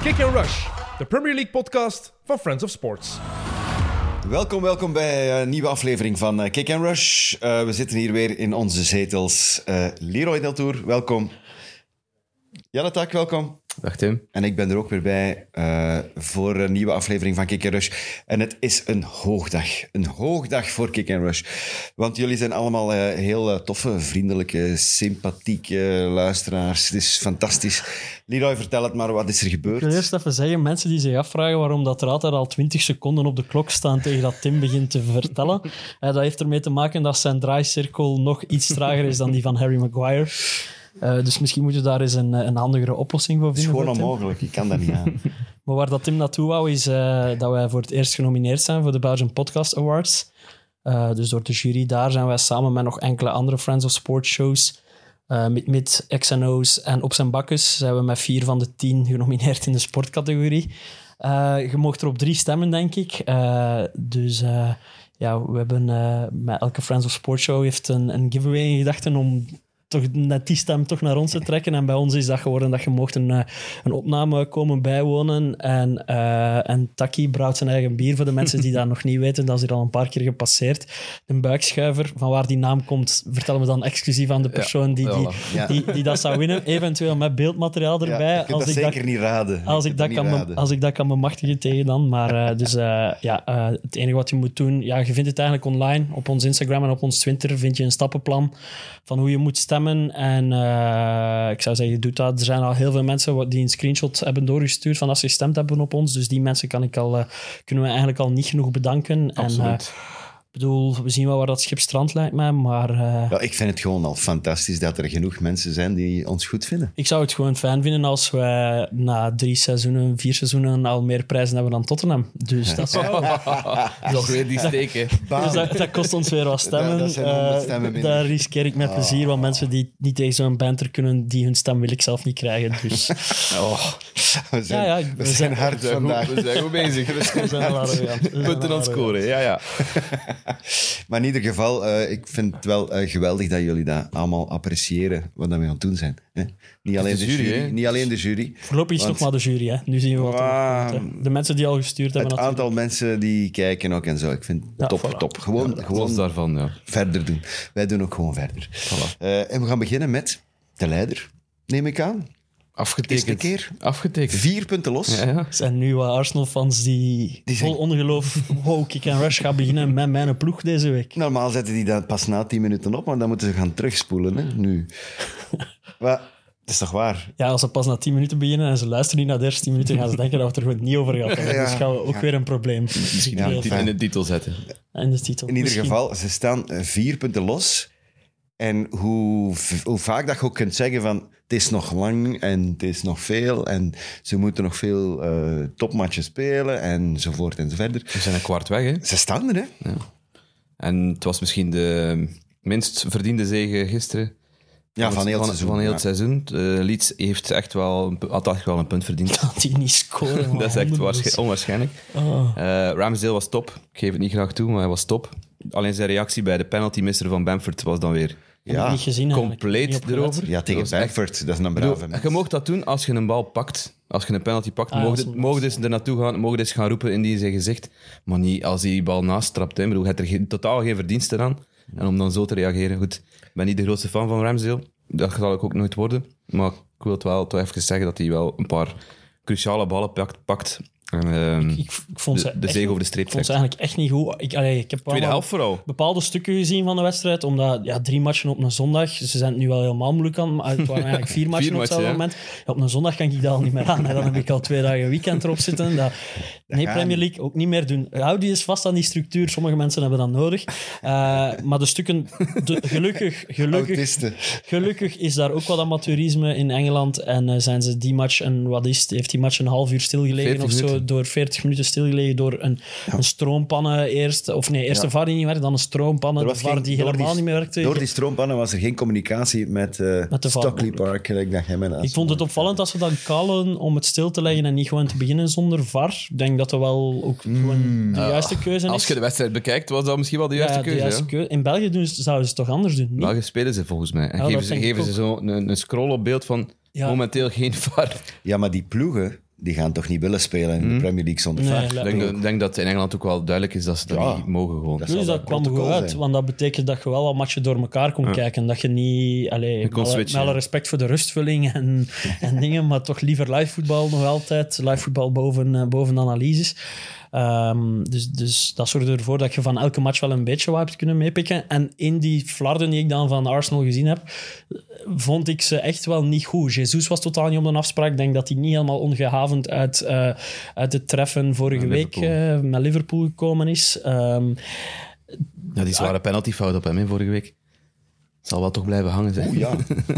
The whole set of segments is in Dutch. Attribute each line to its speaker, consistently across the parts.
Speaker 1: Kick and Rush, de Premier League podcast van Friends of Sports.
Speaker 2: Welkom bij een nieuwe aflevering van Kick and Rush. We zitten hier weer in onze zetels. Leroy Deltour, welkom. Jelle Tak, welkom.
Speaker 3: Dag Tim.
Speaker 2: En ik ben er ook weer bij voor een nieuwe aflevering van Kick and Rush. En het is een hoogdag voor Kick and Rush. Want jullie zijn allemaal heel toffe, vriendelijke, sympathieke luisteraars. Het is fantastisch. Leroy, vertel het maar, wat is er gebeurd?
Speaker 4: Ik wil eerst even zeggen, mensen die zich afvragen waarom dat er altijd al 20 seconden op de klok staan tegen dat Tim begint te vertellen. Dat heeft ermee te maken dat zijn draaicirkel nog iets trager is dan die van Harry Maguire. Dus misschien moeten we daar eens een handigere oplossing voor
Speaker 2: Het is
Speaker 4: vinden.
Speaker 2: gewoon onmogelijk, ik kan dat niet aan.
Speaker 4: Maar waar dat Tim naartoe wou, is dat wij voor het eerst genomineerd zijn voor de Belgian Podcast Awards. Dus door de jury daar zijn wij samen met nog enkele andere Friends of Sports shows, met XNO's en Op zijn Bakkes, zijn we met 4 van de 10 genomineerd in de sportcategorie. Je mocht er op 3 stemmen, denk ik. Ja, we hebben met elke Friends of Sports show heeft een giveaway in gedachten om toch net die stem toch naar ons te trekken. En bij ons is dat geworden dat je mocht een opname komen bijwonen. En Taki brouwt zijn eigen bier. Voor de mensen die dat nog niet weten, dat is hier al een paar keer gepasseerd. Een buikschuiver, van waar die naam komt, vertellen we dan exclusief aan de persoon die dat zou winnen. Eventueel met beeldmateriaal erbij.
Speaker 2: Ja, je kunt dat zeker niet raden.
Speaker 4: Als ik dat kan bemachtigen tegen dan. Maar het enige wat je moet doen, je vindt het eigenlijk online. Op ons Instagram en op ons Twitter vind je een stappenplan van hoe je moet stemmen. En ik zou zeggen, doe dat. Er zijn al heel veel mensen die een screenshot hebben doorgestuurd van als ze gestemd hebben op ons. Dus die mensen kunnen we eigenlijk al niet genoeg bedanken.
Speaker 3: Absoluut.
Speaker 4: Ik bedoel, we zien wel waar dat schip strandt, lijkt mij, maar...
Speaker 2: Ja, ik vind het gewoon al fantastisch dat er genoeg mensen zijn die ons goed vinden.
Speaker 4: Ik zou het gewoon fijn vinden als we na 4 seizoenen al meer prijzen hebben dan Tottenham. Dus dat zou...
Speaker 3: Nog weer die steken.
Speaker 4: Dus dat kost ons weer wat stemmen.
Speaker 2: Dat zijn 100 stemmen minder.
Speaker 4: Daar riskeer ik met plezier, want mensen die niet tegen zo'n banter kunnen, die hun stem wil ik zelf niet krijgen. Dus...
Speaker 2: We zijn hard vandaag.
Speaker 3: We zijn goed bezig.
Speaker 4: We zijn wel arrogant.
Speaker 3: Punten aan het scoren, ja.
Speaker 2: Maar in ieder geval, ik vind het wel geweldig dat jullie dat allemaal appreciëren, wat we aan het doen zijn. Hè? Niet alleen de jury.
Speaker 4: Voorlopig is het nog maar de jury. Hè? Nu zien we wat er komt. De mensen die al gestuurd hebben.
Speaker 2: Het aantal mensen die kijken ook en zo. Ik vind het top. Gewoon
Speaker 3: daarvan, ja.
Speaker 2: Verder doen. Wij doen ook gewoon verder.
Speaker 3: Voilà.
Speaker 2: En we gaan beginnen met de leider, neem ik aan.
Speaker 3: Afgetekend.
Speaker 2: Eerste keer.
Speaker 3: Afgetekend.
Speaker 2: 4 punten los.
Speaker 3: Ja.
Speaker 4: Er zijn nu wat Arsenal-fans die vol ongeloof Kick and Rush gaan beginnen met mijn ploeg deze week.
Speaker 2: Normaal zetten die dat pas na 10 minuten op, maar dan moeten ze gaan terugspoelen. Hè, nu. Maar het is toch waar?
Speaker 4: Ja, als ze pas na 10 minuten beginnen en ze luisteren niet naar de eerste 10 minuten, gaan ze denken dat we het er gewoon niet over gaan hebben. Dus gaan we ook weer een probleem.
Speaker 3: Misschien in de titel zetten.
Speaker 4: In de titel.
Speaker 2: In ieder geval, ze staan 4 punten los. En hoe vaak dat je ook kunt zeggen van het is nog lang en het is nog veel en ze moeten nog veel topmatchen spelen enzovoort enzoverder.
Speaker 3: We zijn een kwart weg, hè?
Speaker 2: Ze staan er, hè?
Speaker 3: Ja. En het was misschien de minst verdiende zege gisteren.
Speaker 2: Ja, van heel het seizoen.
Speaker 3: Van heel het seizoen. Leeds heeft echt wel een punt verdiend.
Speaker 4: Dat die niet scoren.
Speaker 3: Dat is echt onwaarschijnlijk. Ramsdale was top. Ik geef het niet graag toe, maar hij was top. Alleen zijn reactie bij de penalty-misser van Bamford was dan weer
Speaker 4: niet gezien,
Speaker 3: compleet erover.
Speaker 2: Ja, tegen Bamford, dat is een brave mens.
Speaker 3: Je mag dat doen als je een bal pakt. Als je een penalty pakt, mogen dus er naartoe gaan, mogen dus gaan roepen in zijn gezicht. Maar niet als hij die bal naast trapt. Hè. Ik bedoel, je hebt er totaal geen verdienste aan. En om dan zo te reageren. Goed, ik ben niet de grootste fan van Ramsdale. Dat zal ik ook nooit worden. Maar ik wil het wel toch even zeggen dat hij wel een paar cruciale ballen pakt.
Speaker 4: Ik vond ze
Speaker 3: de zege over de streep.
Speaker 4: Ik vond ze eigenlijk echt niet goed. Ik heb
Speaker 3: tweede helft vooral.
Speaker 4: Bepaalde stukken gezien van de wedstrijd, omdat 3 matchen op een zondag, ze zijn het nu wel helemaal moeilijk aan, maar het waren eigenlijk 4 matchen op hetzelfde moment. Ja, op een zondag kan ik dat al niet meer aan. Dan heb ik al 2 dagen weekend erop zitten. Premier League ook niet meer doen. Hou die eens vast aan die structuur. Sommige mensen hebben dat nodig. Maar de stukken... Gelukkig is daar ook wat amateurisme in Engeland en zijn ze die match, heeft die match een half uur stilgelegen of zo, door 40 minuten stilgelegen door een stroompannen eerst. Of nee, eerst een VAR die niet werkte, dan een stroompannen. De VAR die helemaal niet meer werkte.
Speaker 2: Door die stroompannen was er geen communicatie met Stockley Park. Ik
Speaker 4: vond het opvallend dat ze dan callen om het stil te leggen en niet gewoon te beginnen zonder VAR. Ik denk dat dat wel ook gewoon de juiste keuze is.
Speaker 3: Als je de wedstrijd bekijkt, was dat misschien wel de juiste keuze.
Speaker 4: In België zouden ze het toch anders doen?
Speaker 3: In België spelen ze volgens mij. En geven ze zo een scroll op beeld van momenteel geen VAR.
Speaker 2: Ja, maar die ploegen die gaan toch niet willen spelen in de Premier League zonder VAR?
Speaker 3: Ik denk dat in Engeland ook wel duidelijk is dat ze dat niet mogen gewoon.
Speaker 4: Dat kwam goed uit, want dat betekent dat je wel wat matchen door elkaar kon kijken. Dat je niet... met alle respect voor de rustvulling en dingen, maar toch liever live voetbal nog altijd. Live voetbal boven analyses. Dus dat zorgde ervoor dat je van elke match wel een beetje wat hebt kunnen meepikken. En in die flarden die ik dan van Arsenal gezien heb, vond ik ze echt wel niet goed. Jesus was totaal niet op de afspraak. Ik denk dat hij niet helemaal ongehavend uit het treffen vorige week met Liverpool gekomen is.
Speaker 3: Die zware penaltyfout op hem vorige week. Het zal wel toch blijven hangen zijn.
Speaker 2: Ja.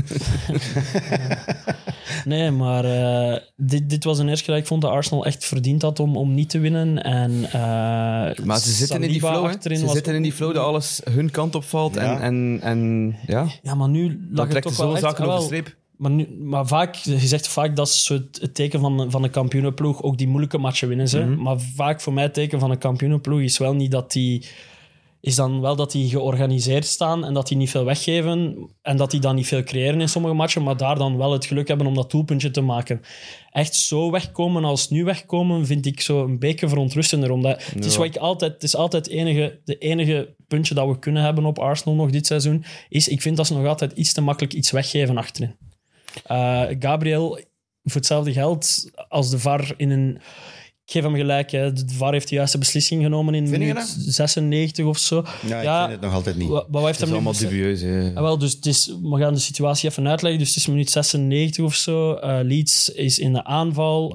Speaker 4: Nee, maar dit was een eerste keer dat ik vond dat Arsenal echt verdiend had om niet te winnen.
Speaker 3: Maar ze zitten in die flow, Ze zitten in die flow dat alles hun kant opvalt.
Speaker 2: Ja.
Speaker 4: Ja, maar nu lag het toch wel echt...
Speaker 3: zaken over de streep.
Speaker 4: Maar vaak, je zegt vaak dat is het teken van de kampioenenploeg. Ook die moeilijke matchen winnen ze. Maar vaak voor mij het teken van een kampioenenploeg is wel niet dat die... is dan wel dat die georganiseerd staan en dat die niet veel weggeven en dat die dan niet veel creëren in sommige matchen, maar daar dan wel het geluk hebben om dat doelpuntje te maken. Echt zo wegkomen als nu wegkomen, vind ik zo een beetje verontrustender. Omdat het is altijd de enige puntje dat we kunnen hebben op Arsenal nog dit seizoen, is ik vind dat ze nog altijd iets te makkelijk iets weggeven achterin. Gabriel, voor hetzelfde geld als de VAR in een... Ik geef hem gelijk. Hè. De VAR heeft de juiste beslissing genomen in minuut 96 of zo.
Speaker 2: Ja, ik vind het nog altijd niet.
Speaker 3: Wat heeft hem allemaal dubieus.
Speaker 4: Wel, dus we gaan de situatie even uitleggen. Dus het is minuut 96 of zo. Leeds is in de aanval.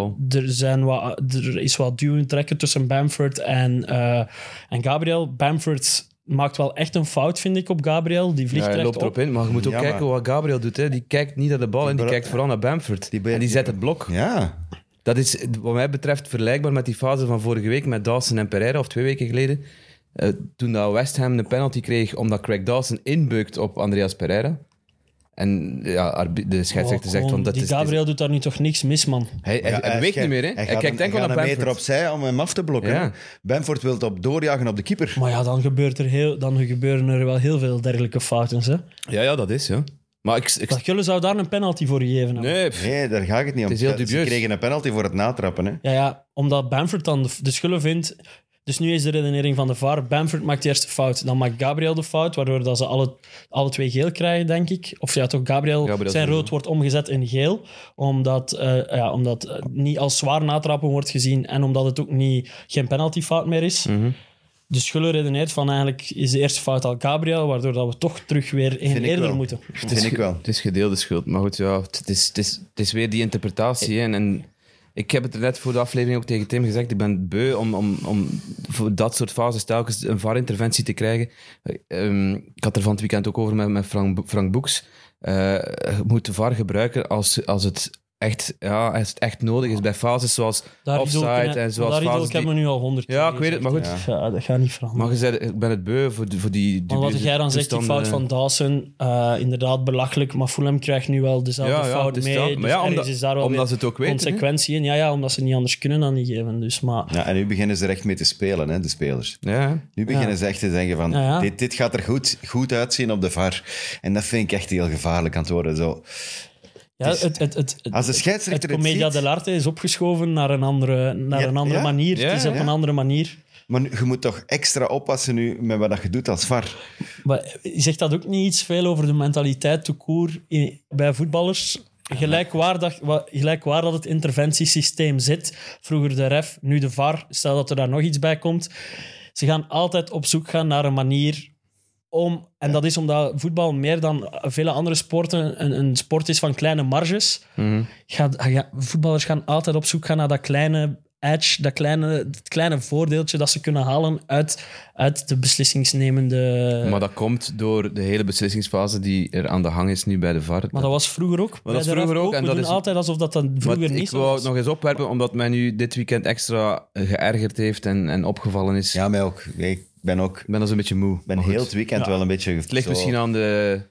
Speaker 4: Er is wat duwen en trekken tussen Bamford en Gabriel. Bamford maakt wel echt een fout, vind ik, op Gabriel. Die vliegt
Speaker 3: hij loopt erop in, maar je moet ook kijken wat Gabriel doet. Hè. Die kijkt niet naar de bal en die kijkt vooral naar Bamford. En die zet het blok.
Speaker 2: Ja.
Speaker 3: Dat is wat mij betreft vergelijkbaar met die fase van vorige week met Dawson en Pereira, of 2 weken geleden. Toen dat West Ham een penalty kreeg omdat Craig Dawson inbeukt op Andreas Pereira. En ja, de scheidsrechter zegt van...
Speaker 4: Die Gabriel doet daar nu toch niks mis, man.
Speaker 3: Hij beweegt niet meer, hè. Hij kijkt enkel naar Bamford.
Speaker 2: Een meter opzij om hem af te blokken.
Speaker 3: Ja.
Speaker 2: Bamford wil het doorjagen op de keeper.
Speaker 4: Maar ja, dan gebeuren er wel heel veel dergelijke fouten. Hè?
Speaker 3: Ja, dat is, ja. Maar
Speaker 4: Jullie zou daar een penalty voor gegeven hebben.
Speaker 2: Nee, daar gaat het niet om.
Speaker 3: Het is heel dubieus.
Speaker 2: Ze kregen een penalty voor het natrappen. Hè?
Speaker 4: Ja, omdat Bamford dan de schulden vindt. Dus nu is de redenering van de VAR. Bamford maakt de eerste fout. Dan maakt Gabriel de fout, waardoor dat ze alle 2 geel krijgen, denk ik. Of ja, toch, Gabriel zijn rood wordt omgezet in geel. Omdat niet als zwaar natrappen wordt gezien en omdat het ook geen penaltyfout meer is.
Speaker 3: Mm-hmm.
Speaker 4: De Schuller redeneert van eigenlijk is de eerste fout al Gabriel, waardoor dat we toch terug weer eerder moeten.
Speaker 2: Vind ik wel.
Speaker 3: Het is gedeelde schuld. Maar goed, ja, het is weer die interpretatie. Hè. En ik heb het er net voor de aflevering ook tegen Tim gezegd. Ik ben beu om voor dat soort fases telkens een VAR-interventie te krijgen. Ik had er van het weekend ook over met Frank Boeks. Je moet de VAR gebruiken als het echt nodig is bij fases zoals offside en zoals
Speaker 4: fases
Speaker 3: die...
Speaker 4: Ik heb me nu al 100 keer
Speaker 3: Ja, ik weet het, maar goed.
Speaker 4: Ja, dat gaat niet veranderen.
Speaker 3: Maar je zei, ik ben het beu voor die
Speaker 4: maar wat jij dan zegt, die fout van Dawson, inderdaad belachelijk, maar Fulham krijgt nu wel dezelfde fout mee.
Speaker 3: Maar ja,
Speaker 4: is daar wel
Speaker 3: omdat ze het ook weten.
Speaker 4: Consequentie in. Ja, omdat ze niet anders kunnen dan niet geven. Dus, maar...
Speaker 2: Ja, en nu beginnen ze er echt mee te spelen, hè, de spelers.
Speaker 3: Ja.
Speaker 2: Nu beginnen ze echt te zeggen van, dit gaat er goed uitzien op de VAR. En dat vind ik echt heel gevaarlijk aan het worden. Zo.
Speaker 4: Ja,
Speaker 2: als de scheidsrechter
Speaker 4: het Commedia dell'arte is opgeschoven naar een andere manier. Het is op een andere manier.
Speaker 2: Maar je moet toch extra oppassen nu met wat je doet als VAR.
Speaker 4: Maar zegt dat ook niet iets veel over de mentaliteit tout court bij voetballers? Gelijk waar dat het interventiesysteem zit. Vroeger de ref, nu de VAR. Stel dat er daar nog iets bij komt. Ze gaan altijd op zoek gaan naar een manier en dat is omdat voetbal meer dan vele andere sporten een sport is van kleine marges.
Speaker 3: Mm-hmm.
Speaker 4: Voetballers gaan altijd op zoek gaan naar dat kleine edge, dat kleine voordeeltje dat ze kunnen halen uit de beslissingsnemende...
Speaker 3: Maar dat komt door de hele beslissingsfase die er aan de gang is nu bij de VAR.
Speaker 4: Maar dat was vroeger ook.
Speaker 3: Maar dat is vroeger ook.
Speaker 4: En we doen altijd alsof dat dan vroeger niet
Speaker 3: zo
Speaker 4: was.
Speaker 3: Ik wou het nog eens opwerpen, omdat mij nu dit weekend extra geërgerd heeft en opgevallen is.
Speaker 2: Ja, mij ook. Ik ben
Speaker 3: al zo'n beetje moe.
Speaker 2: Ik ben heel het weekend wel een beetje...
Speaker 3: Het ligt misschien aan de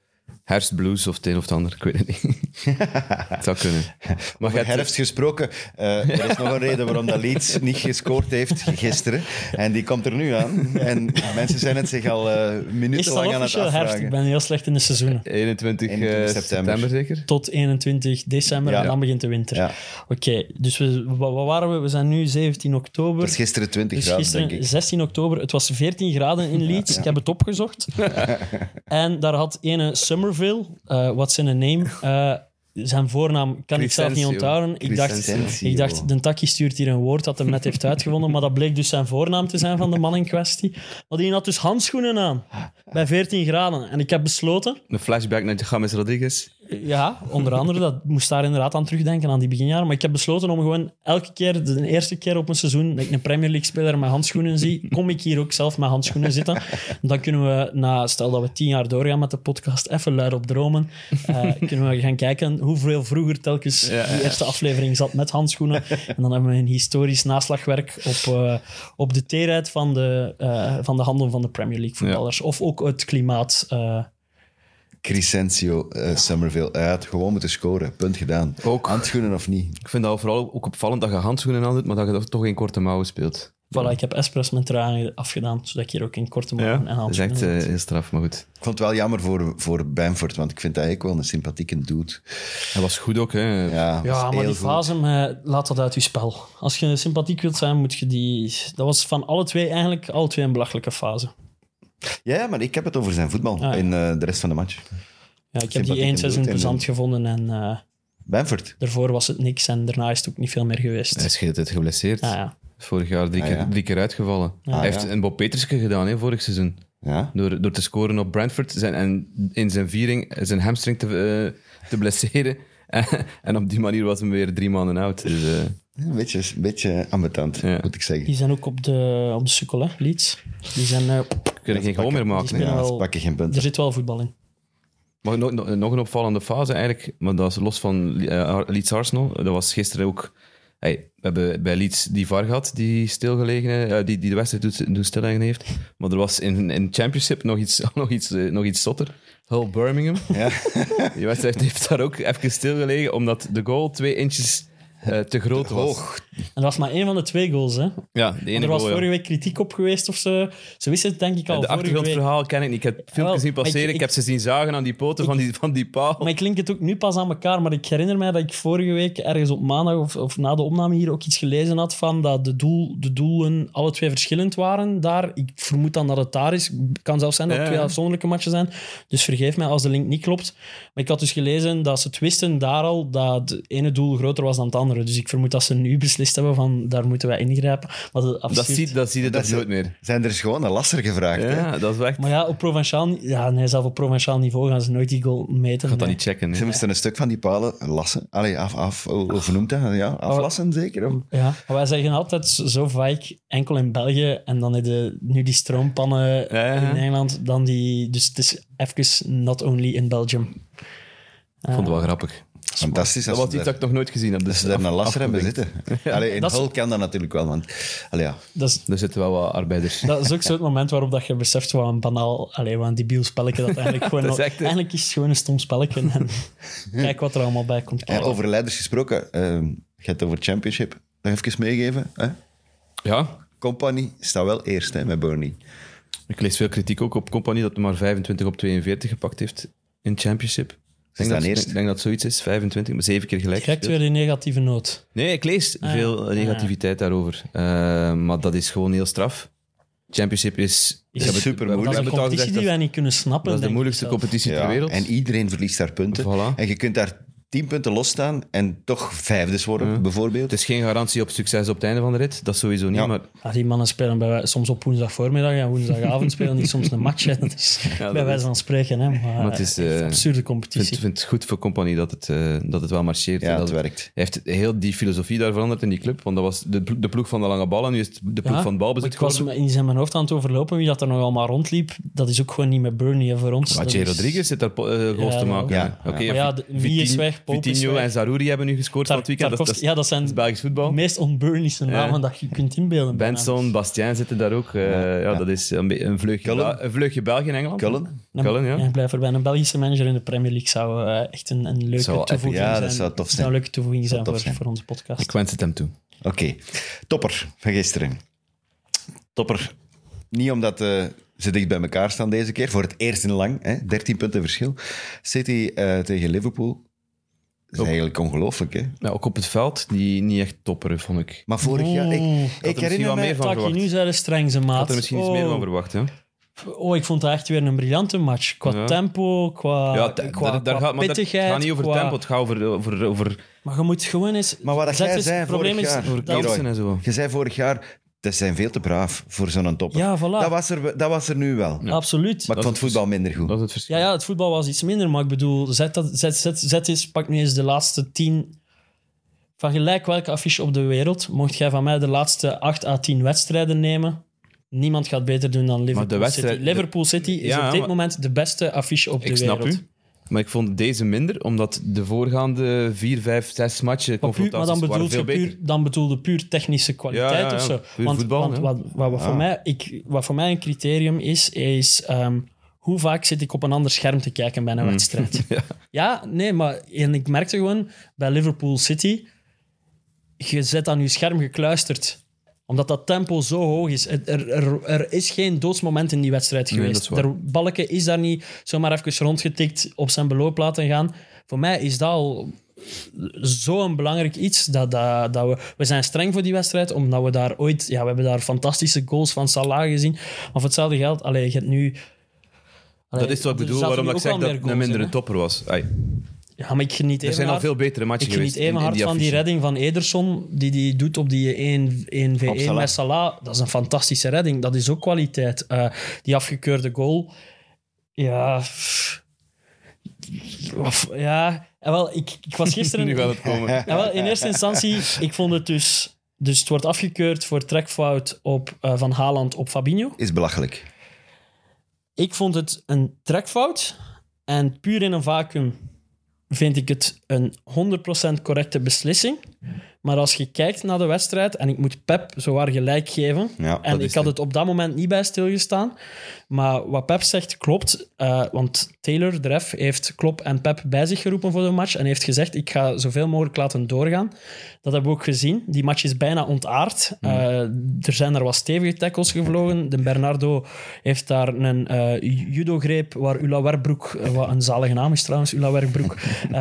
Speaker 3: herfstblues of het een of het ander. Ik weet het niet. Het zou kunnen. Maar
Speaker 2: Over herfst gesproken, er is nog een reden waarom dat Leeds niet gescoord heeft gisteren. En die komt er nu aan. En mensen zijn het zich al
Speaker 4: Is het
Speaker 2: minutenlang
Speaker 4: al
Speaker 2: aan het
Speaker 4: officieel herfst? Ik
Speaker 2: afvragen.
Speaker 4: ben heel slecht in de seizoenen.
Speaker 3: 21 september zeker?
Speaker 4: Tot 21 december
Speaker 2: Ja.
Speaker 4: en dan begint de winter.
Speaker 2: Ja.
Speaker 4: Oké, dus wat waren we? We zijn nu 17 oktober.
Speaker 2: Dat is gisteren 20
Speaker 4: Dus
Speaker 2: graden,
Speaker 4: gisteren,
Speaker 2: denk ik.
Speaker 4: 16 oktober, het was 14 graden in Leeds. Ik heb het opgezocht. En daar had ene Somerville, what's in a name, zijn voornaam kan ik zelf niet
Speaker 3: Crescencio.
Speaker 4: onthouden. Ik dacht, de Taki stuurt hier een woord dat hij net heeft uitgevonden, maar dat bleek dus zijn voornaam te zijn van de man in kwestie. Maar die had dus handschoenen aan, bij 14 graden. En ik heb besloten,
Speaker 3: Een flashback naar James Rodriguez.
Speaker 4: ja, onder andere, dat moest daar inderdaad aan terugdenken, aan die beginjaren. Maar ik heb besloten om gewoon elke keer, de eerste keer op een seizoen dat ik een Premier League-speler met handschoenen zie, kom ik hier ook zelf met handschoenen zitten. Dan kunnen we, stel dat we 10 jaar doorgaan met de podcast, even luid op dromen, kunnen we gaan kijken hoeveel vroeger telkens die eerste aflevering zat met handschoenen. En dan hebben we een historisch naslagwerk op de teerheid van de handel van de Premier League voetballers. Ja. Of ook het klimaat...
Speaker 2: Crescencio Somerville. Hij had gewoon moeten scoren. Punt gedaan.
Speaker 3: Ook.
Speaker 2: Handschoenen of niet.
Speaker 3: Ik vind dat vooral ook opvallend dat je handschoenen aan doet, maar dat je toch in korte mouwen speelt.
Speaker 4: Voilà, ik heb Espres mijn trui afgedaan, zodat ik hier ook in korte mouwen en
Speaker 3: dat is
Speaker 4: handschoenen
Speaker 3: echt heel straf, maar goed.
Speaker 2: Ik vond het wel jammer voor Bamford, want ik vind dat eigenlijk wel een sympathieke dude.
Speaker 3: Hij was goed ook, hè.
Speaker 2: Ja,
Speaker 4: Ja, maar
Speaker 2: heel
Speaker 4: die
Speaker 2: goed.
Speaker 4: fase, laat dat uit je spel. Als je sympathiek wilt zijn, moet je die... Dat was van alle twee een belachelijke fase.
Speaker 2: Ja, maar ik heb het over zijn voetbal in de rest van de match.
Speaker 4: Ja, ik heb die
Speaker 2: Sympathiek
Speaker 4: 1
Speaker 2: en
Speaker 4: seizoen
Speaker 2: bloed en-
Speaker 4: plezant gevonden en
Speaker 2: Bamford.
Speaker 4: daarvoor was het niks en daarna is het ook niet veel meer geweest.
Speaker 3: Hij is de hele tijd geblesseerd.
Speaker 4: Ja.
Speaker 3: Vorig jaar drie keer uitgevallen. Hij heeft een Bob Peterske gedaan, hè, vorig seizoen.
Speaker 2: Ja.
Speaker 3: Door te scoren op Brentford en in zijn viering zijn hamstring te blesseren. En op die manier was hij weer 3 maanden oud. Dus,
Speaker 2: Een beetje ambetant, moet ik zeggen.
Speaker 4: Die zijn ook op de sukkel, hè, Leeds. Die zijn...
Speaker 3: kunnen geen goal meer maken.
Speaker 4: die spelen
Speaker 2: Ja,
Speaker 4: wel-
Speaker 2: ze pakken geen punten.
Speaker 4: Er zit wel voetbal in.
Speaker 3: Maar nog een opvallende fase eigenlijk, maar dat is los van Leeds Arsenal. Dat was gisteren ook... Hey, we hebben bij Leeds die VAR gehad, die stilgelegen, die de wedstrijd doen stilleggen heeft. Maar er was in Championship nog iets zotter. Hull Birmingham.
Speaker 2: Ja.
Speaker 3: Die wedstrijd heeft daar ook even stilgelegen, omdat de goal 2 inches te groot was.
Speaker 2: Hoog.
Speaker 4: En dat was maar 1 van de 2 goals, hè.
Speaker 3: Ja, de ene
Speaker 4: Er was
Speaker 3: goal,
Speaker 4: vorige week kritiek op geweest of zo. Ze wisten het denk ik al
Speaker 3: De
Speaker 4: vorige week.
Speaker 3: achtergrondverhaal ken ik niet. Ik heb het filmpje
Speaker 4: Wel,
Speaker 3: zien
Speaker 4: maar
Speaker 3: passeren. Ik heb ze zien zagen aan die poten van die paal.
Speaker 4: Maar ik link het ook nu pas aan elkaar. Maar ik herinner mij dat ik vorige week ergens op maandag of na de opname hier ook iets gelezen had van dat de doelen alle 2 verschillend waren daar. Ik vermoed dan dat het daar is. Het kan zelfs zijn dat het 2 afzonderlijke matchen zijn. Dus vergeef mij als de link niet klopt. Maar ik had dus gelezen dat ze het wisten daar al dat het ene doel groter was dan het andere. Dus ik vermoed dat ze nu beslist hebben van daar moeten wij ingrijpen. Maar
Speaker 3: Dat zie je toch nooit meer.
Speaker 2: Zijn er gewoon een lasser gevraagd? Hè?
Speaker 3: Ja, dat is echt...
Speaker 4: Maar ja, op provinciaal... Ja, nee, zelf op provinciaal niveau gaan ze nooit die goal meten.
Speaker 3: Ik ga dat
Speaker 4: Nee.
Speaker 3: niet checken.
Speaker 2: Ze
Speaker 3: hè.
Speaker 2: moesten een stuk van die palen lassen. Allee, hoe vernoemt dat? Ja, aflassen zeker? Of?
Speaker 4: Ja, maar wij zeggen altijd zo vaak enkel in België en dan heb je nu die stroompannen
Speaker 3: Ja.
Speaker 4: in Engeland, dan die... Dus het is even not only in Belgium.
Speaker 3: Ik vond het wel grappig.
Speaker 2: Fantastisch.
Speaker 3: Dat
Speaker 2: Als
Speaker 3: was
Speaker 2: ze
Speaker 3: iets dat
Speaker 2: daar,
Speaker 3: ik nog nooit gezien heb.
Speaker 2: als
Speaker 3: Dus
Speaker 2: ze daar een lasser hebben
Speaker 3: afgevinkt.
Speaker 2: zitten. Allee, in
Speaker 4: Dat is-
Speaker 2: Hull kan dat natuurlijk wel. Want, allee, ja.
Speaker 4: Dat
Speaker 3: Er zitten wel wat arbeiders.
Speaker 4: is ook zo het moment waarop dat je beseft wat een banaal, wat een debiel spelletje dat eigenlijk gewoon...
Speaker 3: Dat is echt, hè?
Speaker 4: eigenlijk is het gewoon een stom spelletje en kijk wat er allemaal bij komt.
Speaker 2: Over leiders gesproken. Je hebt het over Championship. Nog even meegeven. Hè?
Speaker 3: Ja,
Speaker 2: Company staat wel eerst hè, met Burnley.
Speaker 3: ik lees veel kritiek ook op Compagnie dat hij maar 25 op 42 gepakt heeft in Championship. Ik
Speaker 2: staan
Speaker 3: denk,
Speaker 2: eerst.
Speaker 3: ik denk dat zoiets is, 25, maar 7 keer gelijk.
Speaker 4: Krijgt weer die negatieve noot.
Speaker 3: Nee, ik lees veel negativiteit daarover. Maar dat is gewoon heel straf. Championship is...
Speaker 4: Is
Speaker 3: ik heb het-
Speaker 2: super
Speaker 3: we
Speaker 2: moeilijk.
Speaker 4: Dat is
Speaker 3: hebben
Speaker 4: een
Speaker 3: het al
Speaker 4: competitie
Speaker 3: gezegd,
Speaker 4: die wij niet kunnen snappen.
Speaker 3: dat is de
Speaker 4: denk ik
Speaker 3: moeilijkste
Speaker 4: zelf.
Speaker 3: competitie ter
Speaker 2: Ja,
Speaker 3: wereld.
Speaker 2: en iedereen verliest daar punten.
Speaker 3: Voilà.
Speaker 2: En je kunt daar 10 punten losstaan en toch vijfdes worden, bijvoorbeeld.
Speaker 3: Het is geen garantie op succes op het einde van de rit. Dat sowieso niet,
Speaker 2: Ja.
Speaker 3: maar...
Speaker 4: Ja, die mannen spelen soms op woensdagvoormiddag en woensdagavond spelen die soms een match. Hè. Dat is
Speaker 3: dat
Speaker 4: bij wijze
Speaker 3: is-
Speaker 4: van spreken. Hè. Maar
Speaker 3: het is,
Speaker 4: echt een absurde
Speaker 3: Ik
Speaker 4: competitie.
Speaker 3: vind het goed voor Compagnie dat het wel marcheert.
Speaker 2: Ja,
Speaker 3: En dat
Speaker 2: het werkt.
Speaker 3: Hij heeft heel die filosofie daar veranderd in die club. Want dat was de ploeg van de lange bal en nu is het de ploeg
Speaker 4: Ja,
Speaker 3: van het balbezit
Speaker 4: ik was
Speaker 3: geworden.
Speaker 4: in mijn hoofd aan het overlopen wie dat er nog allemaal rondliep. Dat is ook gewoon niet met Burnley hè, voor ons.
Speaker 3: Maar
Speaker 4: Dat
Speaker 3: Jay
Speaker 4: is-
Speaker 3: Rodriguez zit daar goals
Speaker 4: Ja,
Speaker 3: te maken.
Speaker 2: ja.
Speaker 3: Oké,
Speaker 4: Maar ja, Wie is weg, Pope is
Speaker 3: Vitinho
Speaker 4: weg.
Speaker 3: en Zaroury hebben nu gescoord van het weekend. Dat is
Speaker 4: dat zijn
Speaker 3: Belgisch voetbal.
Speaker 4: de meest onburnische namen dat je kunt inbeelden. bijna.
Speaker 3: Benson, Bastien zitten daar ook. Dat is een vleugje België in Engeland.
Speaker 2: Cullen.
Speaker 3: Cullen, ja.
Speaker 4: Ja, ik blijf erbij. Een Belgische manager in de Premier League zou echt een leuke
Speaker 3: Zou
Speaker 4: toevoeging
Speaker 2: epic- ja,
Speaker 4: zijn.
Speaker 2: dat zou tof zijn.
Speaker 4: zou een leuke toevoeging zijn
Speaker 2: Zou tof zijn.
Speaker 4: voor onze podcast.
Speaker 3: Ik wens het hem toe.
Speaker 2: Oké. Topper van gisteren. Topper. Niet omdat ze dicht bij elkaar staan deze keer. Voor het eerst in lang. Hè? 13 punten verschil. City tegen Liverpool. Dat is eigenlijk ongelooflijk, hè?
Speaker 3: Ja, ook op het veld, die niet echt topper, vond ik.
Speaker 2: Maar vorig jaar... Ik
Speaker 3: misschien
Speaker 2: herinner
Speaker 3: wel
Speaker 2: mij...
Speaker 3: meer van
Speaker 4: Taki,
Speaker 3: verwacht.
Speaker 4: nu zijn de streng zijn
Speaker 3: Ik
Speaker 4: maat.
Speaker 3: had er misschien iets meer van verwacht. Hè?
Speaker 4: Ik vond dat echt weer een briljante match. Qua
Speaker 3: Ja.
Speaker 4: tempo, qua
Speaker 3: Maar
Speaker 4: pittigheid.
Speaker 3: het gaat niet over
Speaker 4: qua-
Speaker 3: tempo, het gaat over
Speaker 4: Maar je moet gewoon eens...
Speaker 2: Maar wat jij
Speaker 4: het
Speaker 2: zei
Speaker 4: probleem
Speaker 2: vorig
Speaker 4: is
Speaker 2: jaar...
Speaker 3: over
Speaker 4: dat-
Speaker 3: kansen en zo.
Speaker 2: Je zei vorig jaar... Dat zijn veel te braaf voor zo'n topper.
Speaker 4: Ja, voilà.
Speaker 2: Dat was er nu wel.
Speaker 3: Ja.
Speaker 4: Absoluut.
Speaker 2: Maar ik vond voetbal minder goed.
Speaker 3: Dat is het verschil.
Speaker 4: Ja, het voetbal was iets minder, maar ik bedoel, pak nu eens de laatste 10... Van gelijk welke affiche op de wereld, mocht jij van mij de laatste 8 à 10 wedstrijden nemen, niemand gaat beter doen dan Liverpool
Speaker 3: wedstrijd-
Speaker 4: City. Liverpool City is
Speaker 3: Ja,
Speaker 4: op dit
Speaker 3: maar-
Speaker 4: moment de beste affiche op de
Speaker 3: Ik
Speaker 4: wereld.
Speaker 3: snap u. Maar ik vond deze minder, omdat de voorgaande 4, 5, 6 matchen
Speaker 4: Maar
Speaker 3: confrontaties
Speaker 4: dan
Speaker 3: waren
Speaker 4: bedoel
Speaker 3: veel
Speaker 4: je
Speaker 3: beter.
Speaker 4: dan bedoelde puur technische kwaliteit
Speaker 3: Ja,
Speaker 4: of zo.
Speaker 3: puur voetbal, ja.
Speaker 4: Wat voor mij een criterium is hoe vaak zit ik op een ander scherm te kijken bij een wedstrijd. Ja, nee, maar en ik merkte gewoon bij Liverpool City, je zit aan je scherm gekluisterd. Omdat dat tempo zo hoog is. Er is geen doodsmoment in die wedstrijd
Speaker 3: Nee,
Speaker 4: geweest.
Speaker 3: dat is waar.
Speaker 4: Balken is daar niet zomaar even rondgetikt, op zijn beloop laten gaan. Voor mij is dat al zo'n belangrijk iets dat we zijn streng voor die wedstrijd, omdat we daar ooit... Ja, we hebben daar fantastische goals van Salah gezien. Maar voor hetzelfde geld, je hebt nu...
Speaker 3: Dat is wat ik bedoel, waarom ik zeg dat het een mindere topper was. Ai,
Speaker 4: Ja, maar ik geniet
Speaker 3: er
Speaker 4: even
Speaker 3: zijn al
Speaker 4: hard.
Speaker 3: veel betere matchen
Speaker 4: Ik
Speaker 3: geweest.
Speaker 4: geniet even hard van die
Speaker 3: affiche.
Speaker 4: redding van Ederson, die doet op die 1v1
Speaker 2: Op Salah.
Speaker 4: met Salah. Dat is een fantastische redding. Dat is ook kwaliteit. Die afgekeurde goal. Ja... Ja, wel, ik was gisteren...
Speaker 3: Nu gaat het komen.
Speaker 4: Ja, wel, in eerste instantie, ik vond het dus... Dus het wordt afgekeurd voor trekfout van Haaland op Fabinho.
Speaker 2: Is belachelijk.
Speaker 4: Ik vond het een trekfout. En puur in een vacuüm vind ik het een 100% correcte beslissing. Maar als je kijkt naar de wedstrijd, en ik moet Pep zowaar gelijk geven,
Speaker 2: Ja,
Speaker 4: en
Speaker 2: dat
Speaker 4: ik
Speaker 2: is
Speaker 4: had
Speaker 2: het.
Speaker 4: het op dat moment niet bij stilgestaan, maar wat Pep zegt klopt, want Taylor, de ref, heeft Klopp en Pep bij zich geroepen voor de match en heeft gezegd, ik ga zoveel mogelijk laten doorgaan. Dat hebben we ook gezien. Die match is bijna ontaard. Er zijn er wat stevige tackles gevlogen. De Bernardo heeft daar een judo-greep waar Ula Werbroek, wat een zalige naam is trouwens, Ula Werbroek,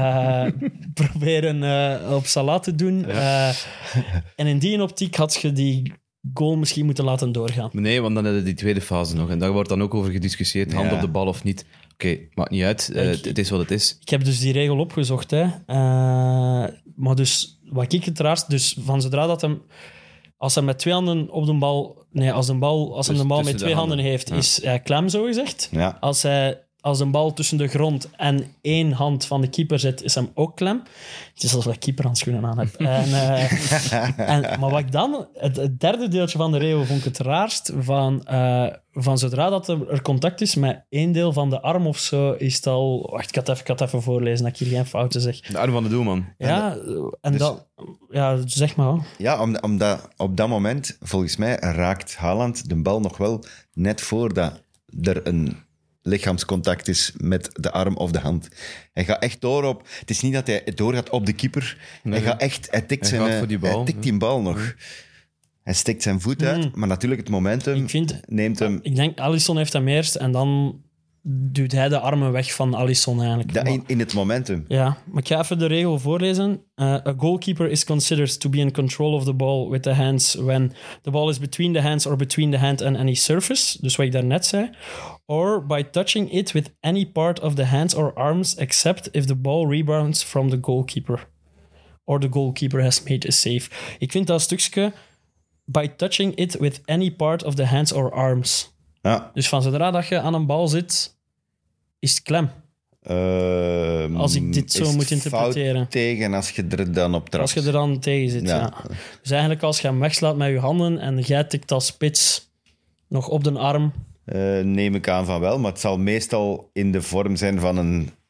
Speaker 4: proberen op Salah te doen. En in die optiek had je die goal misschien moeten laten doorgaan.
Speaker 3: Nee, want dan hebben we die tweede fase nog. En daar wordt dan ook over gediscussieerd. Hand
Speaker 2: Ja.
Speaker 3: op de bal of niet. Oké, maakt niet uit. Het is wat het is.
Speaker 4: Ik heb dus die regel opgezocht. Hè. Maar dus, wat ik het raarst... Dus van zodra dat hem... Als hij met 2 handen op de bal... Nee, als hij de bal
Speaker 3: tussen
Speaker 4: met
Speaker 3: de
Speaker 4: 2 handen
Speaker 3: handen.
Speaker 4: heeft,
Speaker 3: Ja.
Speaker 4: is hij klem, zo gezegd.
Speaker 2: Ja.
Speaker 4: Als een bal tussen de grond en 1 hand van de keeper zit, is hem ook klem. Het is alsof ik keeperhandschoenen aan heb. Maar wat ik dan... Het derde deeltje van de regel vond ik het raarst. Van zodra dat er contact is met 1 deel van de arm of zo, is het al... Wacht, ik had het even voorlezen, dat ik hier geen fouten zeg.
Speaker 3: De arm van de doelman.
Speaker 4: Ja, en
Speaker 2: dus-
Speaker 4: dat... Ja, zeg maar. Hoor.
Speaker 2: Ja, omdat op dat moment, volgens mij, raakt Haaland de bal nog wel net voordat er een lichaamscontact is met de arm of de hand. Hij gaat echt door op... Het is niet dat hij doorgaat op de keeper.
Speaker 3: Nee.
Speaker 2: Hij tikt
Speaker 3: Hij gaat voor die bal.
Speaker 2: Hij tikt die bal nog. Hij steekt zijn voet uit, maar natuurlijk het momentum
Speaker 4: Ik vind...
Speaker 2: neemt hem...
Speaker 4: Ik denk, Alisson heeft hem eerst en dan duwt hij de armen weg van Alisson eigenlijk.
Speaker 2: Dat
Speaker 4: Maar-
Speaker 2: in het momentum.
Speaker 4: Ja, maar ik ga even de regel voorlezen. A goalkeeper is considered to be in control of the ball with the hands when the ball is between the hands or between the hand and any surface. Dus wat ik daarnet zei. Or by touching it with any part of the hands or arms except if the ball rebounds from the goalkeeper. Or the goalkeeper has made a save. Ik vind dat stukje by touching it with any part of the hands or arms.
Speaker 2: Ja.
Speaker 4: Dus van zodra dat je aan een bal zit, is het klem. Als ik dit zo
Speaker 2: is
Speaker 4: moet interpreteren.
Speaker 2: Fout tegen als je er dan op trapt.
Speaker 4: Als je er dan tegen zit,
Speaker 2: Ja.
Speaker 4: ja. Dus eigenlijk als je hem wegslaat met je handen en jij tikt als spits nog op de arm.
Speaker 2: Neem ik aan van wel, maar het zal meestal in de vorm zijn van een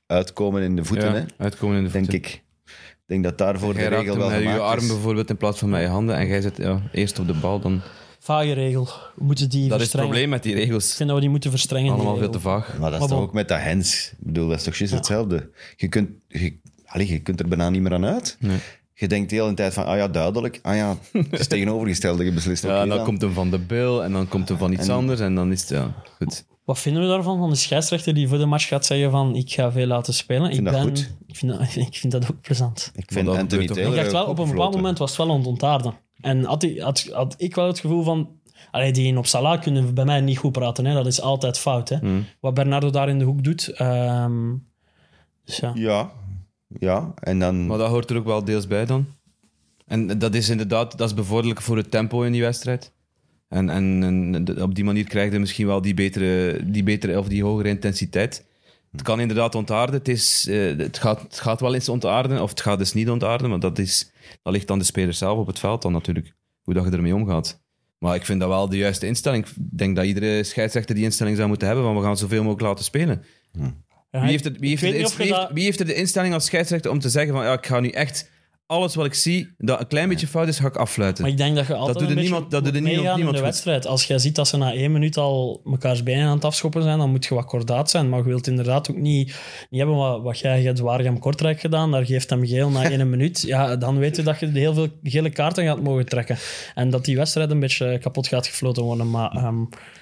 Speaker 2: uitkomen in de voeten, hè?
Speaker 3: Uitkomen in de voeten.
Speaker 2: Denk ik. Ik denk dat daarvoor de
Speaker 3: Jij raakt
Speaker 2: regel
Speaker 3: hem
Speaker 2: wel
Speaker 3: met je
Speaker 2: gemaakt
Speaker 3: arm
Speaker 2: is.
Speaker 3: bijvoorbeeld in plaats van met je handen en jij zit eerst op de bal, dan...
Speaker 4: Vage regel. We moeten die
Speaker 3: Dat is het
Speaker 4: verstrengen.
Speaker 3: probleem met die
Speaker 4: Ik
Speaker 3: regels.
Speaker 4: vind dat we die moeten verstrengen.
Speaker 3: Allemaal
Speaker 4: die
Speaker 3: veel te
Speaker 4: regel.
Speaker 3: vaag.
Speaker 2: Maar dat is
Speaker 4: Maar
Speaker 2: toch
Speaker 4: bon.
Speaker 2: ook met dat hands? Ik bedoel, dat is toch juist hetzelfde? Je kunt er bijna niet meer aan uit.
Speaker 3: Nee.
Speaker 2: Je denkt de hele tijd van, duidelijk. Het is tegenovergestelde, je beslist ook
Speaker 3: Ja,
Speaker 2: niet
Speaker 3: dan
Speaker 2: aan.
Speaker 3: komt hem van de bil en dan komt hem van iets anders en dan is het, goed.
Speaker 4: Wat vinden we daarvan, van de scheidsrechter die voor de match gaat zeggen van ik ga veel laten spelen?
Speaker 2: vind dat goed.
Speaker 4: Ik vind dat ook plezant.
Speaker 2: Ik vind
Speaker 3: dat
Speaker 2: Anthony
Speaker 3: gebeurt toch
Speaker 2: Taylor
Speaker 4: Ik dacht wel,
Speaker 2: ook
Speaker 4: op een bepaald
Speaker 2: gefloten.
Speaker 4: moment was het wel aan het ontaarden. En had ik wel het gevoel van... die op Salah kunnen bij mij niet goed praten. Hè. Dat is altijd fout. Hè. Wat Bernardo daar in de hoek doet. Dus ja.
Speaker 2: Ja, en dan...
Speaker 3: Maar dat hoort er ook wel deels bij dan. En dat is inderdaad, dat is bevorderlijk voor het tempo in die wedstrijd. En op die manier krijg je misschien wel die betere of die hogere intensiteit. Het kan inderdaad ontaarden. Het gaat wel eens ontaarden, of het gaat dus niet ontaarden, maar dat ligt aan de speler zelf op het veld dan natuurlijk, hoe dat je ermee omgaat. Maar ik vind dat wel de juiste instelling. Ik denk dat iedere scheidsrechter die instelling zou moeten hebben, van we gaan zoveel mogelijk laten spelen.
Speaker 4: Ja,
Speaker 3: Wie heeft er de instelling als scheidsrechter om te zeggen van ik ga nu echt alles wat ik zie dat een klein beetje fout is, ga ik afluiten.
Speaker 4: Maar ik denk dat je altijd
Speaker 3: doet er
Speaker 4: een beetje
Speaker 3: niemand- dat
Speaker 4: moet
Speaker 3: doet er niemand-
Speaker 4: meegaan in
Speaker 3: niemand
Speaker 4: de
Speaker 3: goed.
Speaker 4: wedstrijd. Als jij ziet dat ze na 1 minuut al mekaars benen aan het afschoppen zijn, dan moet je wat kordaat zijn. Maar je wilt inderdaad ook niet hebben wat jij hebt Waregem Kortrijk gedaan. Daar geeft hem geel na 1 minuut. Ja, dan weet je dat je heel veel gele kaarten gaat mogen trekken. En dat die wedstrijd een beetje kapot gaat gefloten worden. Maar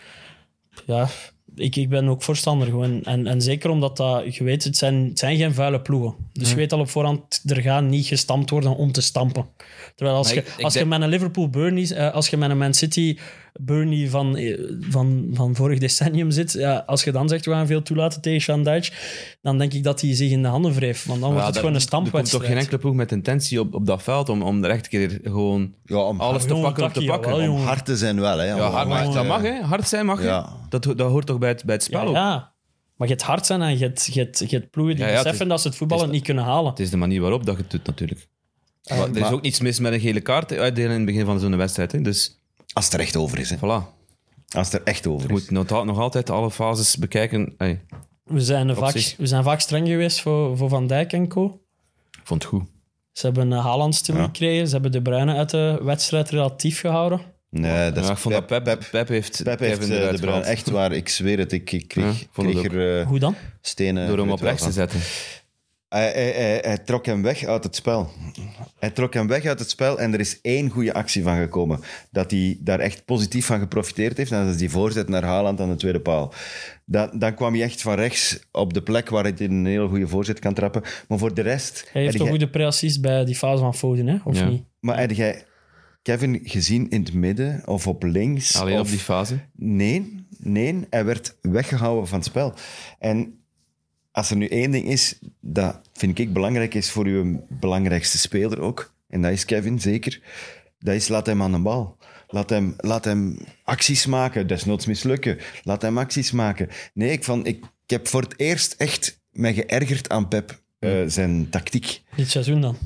Speaker 4: ik ben ook voorstander gewoon. En zeker omdat je weet, het zijn geen vuile ploegen. Dus je weet al op voorhand, er gaat niet gestampt worden om te stampen. Terwijl als je met een Liverpool Burnley, als je met een Man City Burnley van vorig decennium zit, als je dan zegt, we gaan veel toelaten tegen Sean Dyche, dan denk ik dat hij zich in de handen wreef. Want dan wordt het gewoon een
Speaker 3: Er komt
Speaker 4: stampwedstrijd.
Speaker 3: toch geen enkele ploeg met intentie op dat veld om er echt een keer gewoon
Speaker 2: om
Speaker 3: alles te
Speaker 4: Jongen,
Speaker 3: pakken om te
Speaker 4: takkie,
Speaker 3: pakken.
Speaker 4: jawel,
Speaker 2: om
Speaker 4: jongen.
Speaker 2: hard te zijn wel, hè.
Speaker 3: Ja, dat mag, hè. Hard zijn mag, hè.
Speaker 2: Ja.
Speaker 3: Dat hoort toch bij het spel ook.
Speaker 4: Ja. Maar je hebt hard zijn en je hebt ploegen die
Speaker 3: Ja, het
Speaker 4: beseffen
Speaker 3: is-
Speaker 4: dat ze het voetballen niet kunnen halen.
Speaker 3: Het is de manier waarop dat je het doet, natuurlijk. Maar er is
Speaker 2: maar-
Speaker 3: ook niets mis met een gele kaart uitdelen in het begin van zo'n wedstrijd. Hè. Dus
Speaker 2: Als het er echt over is, hè.
Speaker 3: voilà.
Speaker 2: Als het er echt over
Speaker 3: Je
Speaker 2: is.
Speaker 3: moet nog altijd alle fases bekijken. Hey,
Speaker 4: We
Speaker 3: zich.
Speaker 4: zijn vaak streng geweest voor Van Dijk en co.
Speaker 3: ik vond het goed.
Speaker 4: Ze hebben Haaland stil gekregen. Ze hebben De Bruyne uit de wedstrijd relatief gehouden.
Speaker 2: Nee, dat is
Speaker 3: Ja, ik vond dat Pep heeft
Speaker 2: Pep heeft
Speaker 3: Kevin
Speaker 2: De
Speaker 3: eruit
Speaker 2: Bruyne,
Speaker 3: gehaald.
Speaker 2: echt waar, ik zweer het. Ik
Speaker 3: Ja,
Speaker 2: kreeg,
Speaker 3: ik vond het
Speaker 2: kreeg er
Speaker 4: Hoe dan?
Speaker 2: stenen...
Speaker 3: Door hem
Speaker 2: weet
Speaker 3: op
Speaker 2: wel
Speaker 3: rechts te
Speaker 2: van.
Speaker 3: zetten.
Speaker 2: Hij trok hem weg uit het spel. Hij trok hem weg uit het spel en er is 1 goede actie van gekomen. Dat hij daar echt positief van geprofiteerd heeft. En dat is die voorzet naar Haaland aan de tweede paal. Dan kwam hij echt van rechts op de plek waar hij een heel goede voorzet kan trappen. Maar voor de rest...
Speaker 4: Hij heeft
Speaker 2: heb
Speaker 4: toch
Speaker 2: jij-
Speaker 4: goede pre-assist bij die fase van Foden, hè? Of
Speaker 3: Ja.
Speaker 4: niet?
Speaker 2: Maar heb jij Kevin gezien in het midden of op links?
Speaker 3: Alleen
Speaker 2: of...
Speaker 3: op die fase.
Speaker 2: Nee, hij werd weggehouden van het spel. En als er nu 1 ding is dat, vind ik, belangrijk is voor uw belangrijkste speler ook, en dat is Kevin zeker, dat is laat hem aan de bal. Laat hem acties maken, desnoods mislukken. Laat hem acties maken. Nee, ik heb voor het eerst echt me geërgerd aan Pep. Zijn tactiek.
Speaker 4: Dit seizoen dan.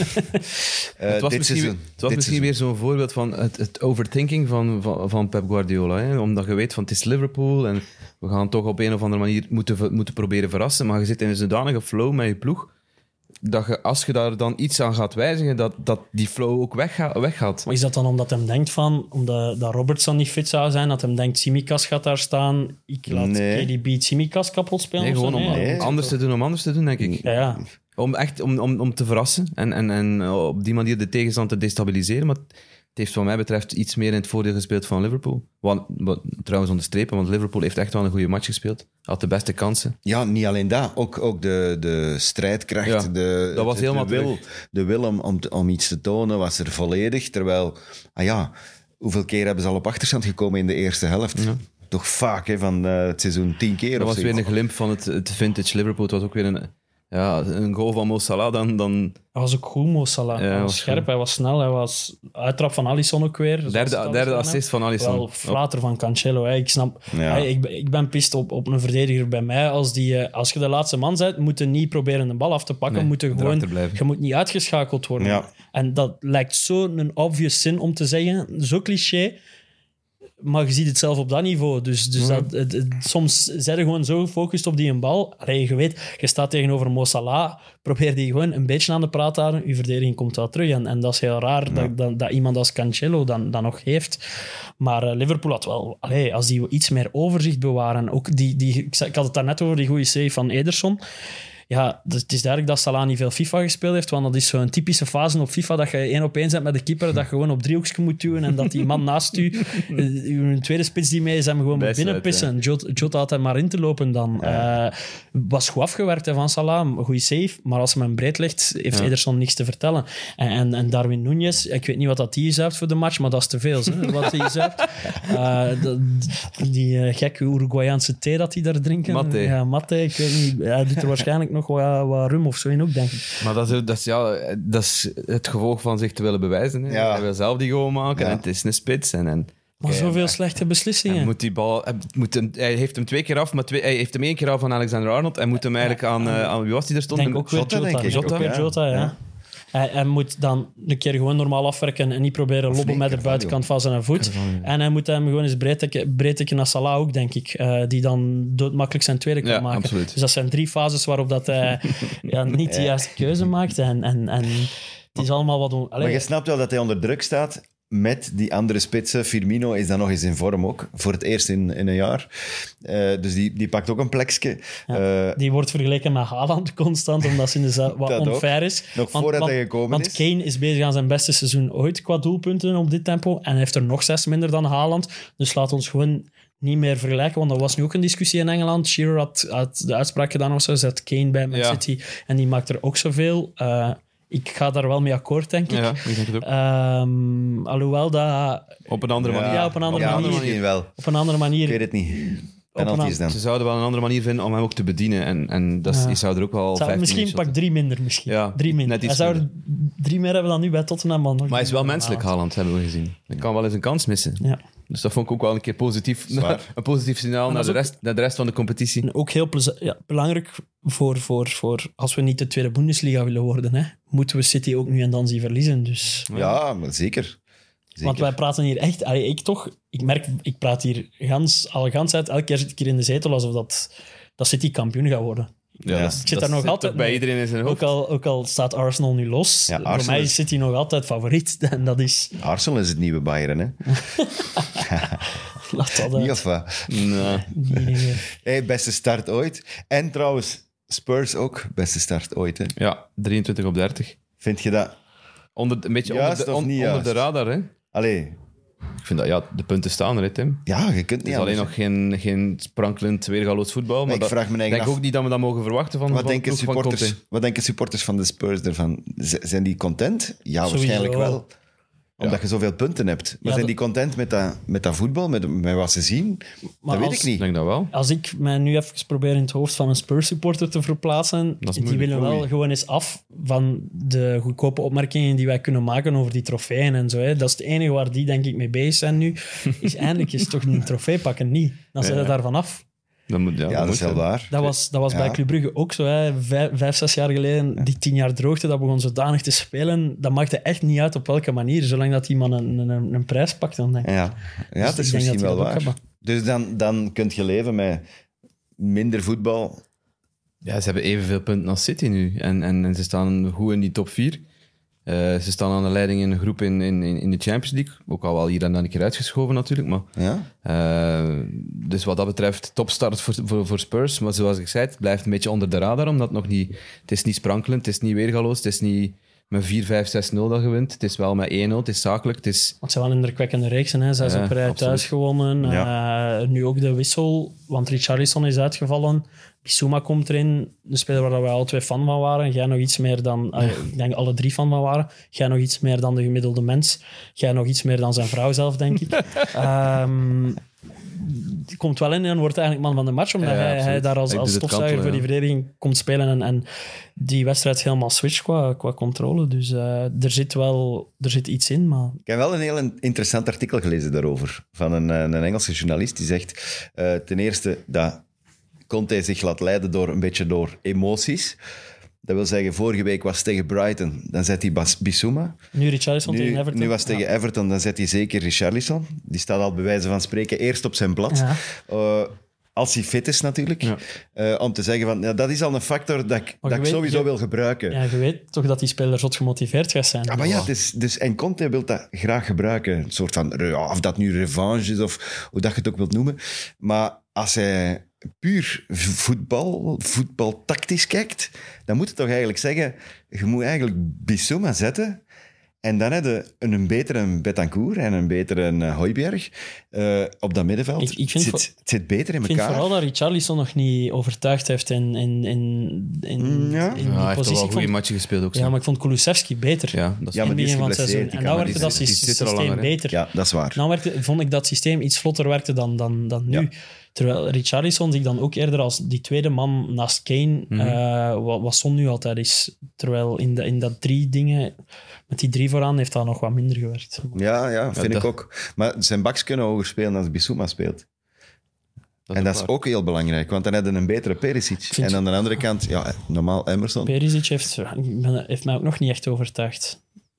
Speaker 3: Het was
Speaker 2: dit seizoen.
Speaker 3: misschien weer zo'n voorbeeld van het overthinking van Pep Guardiola. Hè? Omdat je weet van het is Liverpool en we gaan toch op een of andere manier moeten proberen verrassen. Maar je zit in een zodanige flow met je ploeg dat je, als je daar dan iets aan gaat wijzigen, dat die flow ook weggaat.
Speaker 4: Maar is dat dan omdat hij denkt omdat dat Robertson niet fit zou zijn? Dat hij denkt, Tsimikas gaat daar staan. Ik laat
Speaker 2: Nee.
Speaker 4: KDB Tsimikas kapot spelen?
Speaker 3: Nee,
Speaker 4: of zo?
Speaker 3: gewoon om
Speaker 2: Nee.
Speaker 3: anders te doen, denk ik.
Speaker 4: Ja.
Speaker 3: Om te verrassen en op die manier de tegenstand te destabiliseren. Maar het heeft wat mij betreft iets meer in het voordeel gespeeld van Liverpool. Wat trouwens onderstrepen, want Liverpool heeft echt wel een goede match gespeeld. Had de beste kansen.
Speaker 2: Ja, niet alleen dat. Ook de strijdkracht,
Speaker 3: Ja, dat was helemaal
Speaker 2: de wil om iets te tonen was er volledig. Terwijl, hoeveel keer hebben ze al op achterstand gekomen in de eerste helft?
Speaker 3: Ja.
Speaker 2: Toch vaak, hè, van het seizoen 10 keer
Speaker 3: Dat
Speaker 2: of
Speaker 3: was weer
Speaker 2: zoiets.
Speaker 3: een glimp van het vintage Liverpool. Het was ook weer een goal van Mo Salah. Dan
Speaker 4: Hij was ook goed, Mo Salah.
Speaker 3: Ja,
Speaker 4: Hij was
Speaker 3: was
Speaker 4: scherp,
Speaker 3: goed.
Speaker 4: hij was snel. Hij was uittrap van Alisson ook weer. zoals ze het al
Speaker 3: derde
Speaker 4: gedaan
Speaker 3: assist
Speaker 4: hebben.
Speaker 3: van Alisson.
Speaker 4: Wel, flater van Cancelo. Hè. Ik snap...
Speaker 2: Ja.
Speaker 4: Hey, ik ben pist op een verdediger bij mij. Als je de laatste man bent, moet je niet proberen de bal af te pakken.
Speaker 3: Nee,
Speaker 4: Moet je
Speaker 3: erachter blijven.
Speaker 4: je moet niet uitgeschakeld worden.
Speaker 2: Ja.
Speaker 4: En dat lijkt zo'n obvious zin om te zeggen. Zo cliché. maar je ziet het zelf op dat niveau. Dus soms zijn je gewoon zo gefocust op die een bal. Allee, je weet, je staat tegenover Mo Salah, probeer die gewoon een beetje aan de praat te houden. Je verdediging komt wel terug. En dat is heel raar dat iemand als Cancelo dat nog heeft. Maar Liverpool had wel... Allee, als die iets meer overzicht bewaren... Ook ik had het daarnet over die goede save van Ederson... Ja, het is duidelijk dat Salah niet veel FIFA gespeeld heeft, want dat is zo'n typische fase op FIFA dat je 1-op-1 zet met de keeper, dat je gewoon op driehoekje moet duwen en dat die man naast u, een tweede spits die mee is, hem gewoon moet binnenpissen. Jota had hem maar in te lopen dan. Was goed afgewerkt van Salah, een goede save, maar als hij hem breed legt, heeft Ederson niks te vertellen. En Darwin Núñez, ik weet niet wat dat die zuipt voor de match, maar dat is te veel, hè, wat hij zuipt. Die gekke Uruguayaanse thee dat hij daar drinken.
Speaker 3: Matte.
Speaker 4: Ja, Matte, ik weet niet. Hij doet er waarschijnlijk nog wat rum of zo in ook, denk ik.
Speaker 3: Maar dat is het gevolg van zich te willen bewijzen. Hè.
Speaker 2: Ja.
Speaker 3: Hij wil zelf die goal maken en het is een spits.
Speaker 4: Maar zoveel slechte beslissingen.
Speaker 3: Hij moet die bal... Hij heeft hem 2 keer af, maar hij heeft hem 1 keer af aan Alexander-Arnold. Hij moet hem eigenlijk aan wie was die er stond?
Speaker 4: Denk ook weer
Speaker 2: Jota, denk ik.
Speaker 4: Jota,
Speaker 2: Ook,
Speaker 4: Jota, ja. Hij moet dan een keer gewoon normaal afwerken en niet proberen lobben met de buitenkant van zijn voet. En hij moet hem gewoon eens breed tikken naar Salah ook, denk ik. Die dan doodmakkelijk zijn tweede kan maken.
Speaker 3: Absoluut.
Speaker 4: Dus dat zijn 3 fases waarop dat hij niet de juiste keuze maakt. En het is allemaal wat...
Speaker 2: Maar je snapt wel dat hij onder druk staat met die andere spitsen. Firmino is dan nog eens in vorm ook, voor het eerst in een jaar. Dus die pakt ook een plekje.
Speaker 4: Die wordt vergeleken met Haaland constant, omdat ze wat onfair is.
Speaker 2: Nog voordat hij gekomen is.
Speaker 4: Want Kane is bezig aan zijn beste seizoen ooit qua doelpunten op dit tempo en hij heeft er nog 6 minder dan Haaland. Dus laat ons gewoon niet meer vergelijken, want er was nu ook een discussie in Engeland. Shearer had de uitspraak gedaan of zo, zet Kane bij Man City en die maakt er ook zoveel. Ik ga daar wel mee akkoord, denk ik.
Speaker 3: Ja, ik denk het ook.
Speaker 4: Alhoewel dat...
Speaker 3: Op een andere manier.
Speaker 4: Ja, op een andere manier.
Speaker 2: Misschien wel.
Speaker 4: Op een andere manier.
Speaker 2: Ik weet het niet. Penalties dan.
Speaker 3: Ze zouden wel een andere manier vinden om hem ook te bedienen. En die zou er ook wel 15
Speaker 4: misschien pak 3 minder.
Speaker 3: Ja,
Speaker 4: 3 minder.
Speaker 3: net iets
Speaker 4: Hij zou er 3 meer hebben dan nu bij Tottenham. Maar
Speaker 3: hij is wel menselijk, Haaland, hebben we gezien. Hij kan wel eens een kans missen.
Speaker 4: Ja.
Speaker 3: Dus dat vond ik ook wel een keer positief. Een positief signaal naar de rest van de competitie.
Speaker 4: En ook heel belangrijk voor als we niet de tweede Bundesliga willen worden. Hè, moeten we City ook nu en dan zien verliezen. Dus.
Speaker 2: Ja, maar zeker.
Speaker 4: Want wij praten hier echt... Ik praat hier gans uit. Elke keer zit ik hier in de zetel alsof dat City kampioen gaat worden.
Speaker 3: Ja,
Speaker 4: ik zit daar nog altijd
Speaker 3: bij iedereen in zijn hoofd.
Speaker 4: Ook al staat Arsenal nu los.
Speaker 2: Ja,
Speaker 4: voor mij is City nog altijd favoriet. En dat is...
Speaker 2: Arsenal is het nieuwe Bayern, hè?
Speaker 4: Laat dat
Speaker 2: Niet of wat?
Speaker 3: Nee.
Speaker 2: Hey, beste start ooit. En trouwens, Spurs ook beste start ooit, hè?
Speaker 3: Ja, 23 op 30.
Speaker 2: Vind je dat...
Speaker 3: Een beetje
Speaker 2: juist
Speaker 3: onder de radar, hè?
Speaker 2: Allee...
Speaker 3: Ik vind dat, de punten staan er, hè, Tim.
Speaker 2: Ja, je kunt niet
Speaker 3: Het is alleen nog geen sprankelend, weergaloos voetbal. Maar
Speaker 2: ik vraag me
Speaker 3: denk ook niet dat we dat mogen verwachten van
Speaker 2: wat denken supporters van de Spurs ervan? Zijn die content? Ja,
Speaker 4: Sowieso.
Speaker 2: waarschijnlijk wel. Omdat je zoveel punten hebt. Maar zijn die content met dat voetbal, met wat ze zien?
Speaker 4: Maar
Speaker 2: dat weet ik niet.
Speaker 3: Ik denk dat wel.
Speaker 4: Als ik mij nu even probeer in het hoofd van een Spurs-supporter te verplaatsen, die willen wel gewoon eens af van de goedkope opmerkingen die wij kunnen maken over die trofeeën en zo. Hè. Dat is het enige waar die, denk ik, mee bezig zijn nu. Is eindelijk is toch een trofee pakken? Niet. Dan zijn ze daarvan af.
Speaker 2: Dat is wel waar.
Speaker 4: Dat was bij Club Brugge ook zo. Hè. 5-6 jaar geleden, die 10 jaar droogte, dat begon zodanig te spelen. Dat maakte echt niet uit op welke manier. Zolang dat iemand een prijs pakt, dan denk ik.
Speaker 2: Ja, het is misschien wel waar. Dus dan kun je leven met minder voetbal.
Speaker 3: Ja, ze hebben evenveel punten als City nu. En ze staan goed in die top 4. Ze staan aan de leiding in een groep in de Champions League. Ook al wel hier en dan een keer uitgeschoven natuurlijk. Maar, dus wat dat betreft, topstart voor Spurs. Maar zoals ik zei, het blijft een beetje onder de radar. Omdat het nog niet... Het is niet sprankelend, het is niet weergaloos. Het is niet met 4-5-6-0 dat je wint. Het is wel met 1-0, het is zakelijk. Het is...
Speaker 4: Het zijn wel indrukwekkende reeksen. Hè. 6 op rij thuis gewonnen. Ja. Nu ook de wissel, want Richarlison is uitgevallen. Bissouma komt erin, een speler waar we alle 2 fan van waren. Jij nog iets meer dan... ik denk alle 3 fan van waren. Jij nog iets meer dan de gemiddelde mens. Jij nog iets meer dan zijn vrouw zelf, denk ik. Die komt wel in en wordt eigenlijk man van de match, omdat hij daar als stofzuiger voor die verdediging komt spelen en die wedstrijd helemaal switcht qua controle. Dus er zit iets in. Maar...
Speaker 2: Ik heb wel een heel interessant artikel gelezen daarover, van een Engelse journalist, die zegt ten eerste dat Conte zich laat leiden een beetje door emoties. Dat wil zeggen, vorige week was het tegen Brighton. Dan zet hij Bissouma.
Speaker 4: Nu Richarlison tegen Everton.
Speaker 2: Nu was het tegen Everton, dan zet hij zeker Richarlison. Die staat al bij wijze van spreken eerst op zijn blad.
Speaker 4: Ja.
Speaker 2: Als hij fit is natuurlijk. Om te zeggen van, dat is al een factor dat ik sowieso wil gebruiken.
Speaker 4: Ja, je weet toch dat die speler zot gemotiveerd gaat zijn.
Speaker 2: Ja, maar ja, en Conte wil dat graag gebruiken. Een soort van, of dat nu revanche is of hoe dat je het ook wilt noemen. Maar als hij puur voetbaltactisch kijkt, dan moet je toch eigenlijk zeggen, je moet eigenlijk Bissouma zetten. En dan heb je een betere Betancourt en een betere Højbjerg op dat middenveld. Het zit beter in elkaar.
Speaker 4: Ik vind vooral dat Richarlison nog niet overtuigd heeft in die positie.
Speaker 3: Hij heeft wel een goede match gespeeld ook.
Speaker 4: Ja, maar ik vond Kulusevski beter.
Speaker 3: Ja, dat is
Speaker 2: maar die is
Speaker 4: van het seizoen.
Speaker 2: geblesseerd.
Speaker 4: En dan werkte dat systeem beter.
Speaker 2: Ja, dat is waar.
Speaker 4: Dan vond ik dat het systeem iets vlotter werkte dan nu. Ja. Terwijl Richarlison zie ik dan ook eerder als die tweede man naast Kane, wat Son nu altijd is. Terwijl in dat 3 dingen, met die 3 vooraan, heeft dat nog wat minder gewerkt.
Speaker 2: Ja, vind ik ook. Maar zijn backs kunnen hoger spelen als Bissouma speelt. Dat is ook heel belangrijk, want dan heb je een betere Perisic. En aan de andere kant, normaal Emerson.
Speaker 4: Perisic heeft mij ook nog niet echt overtuigd.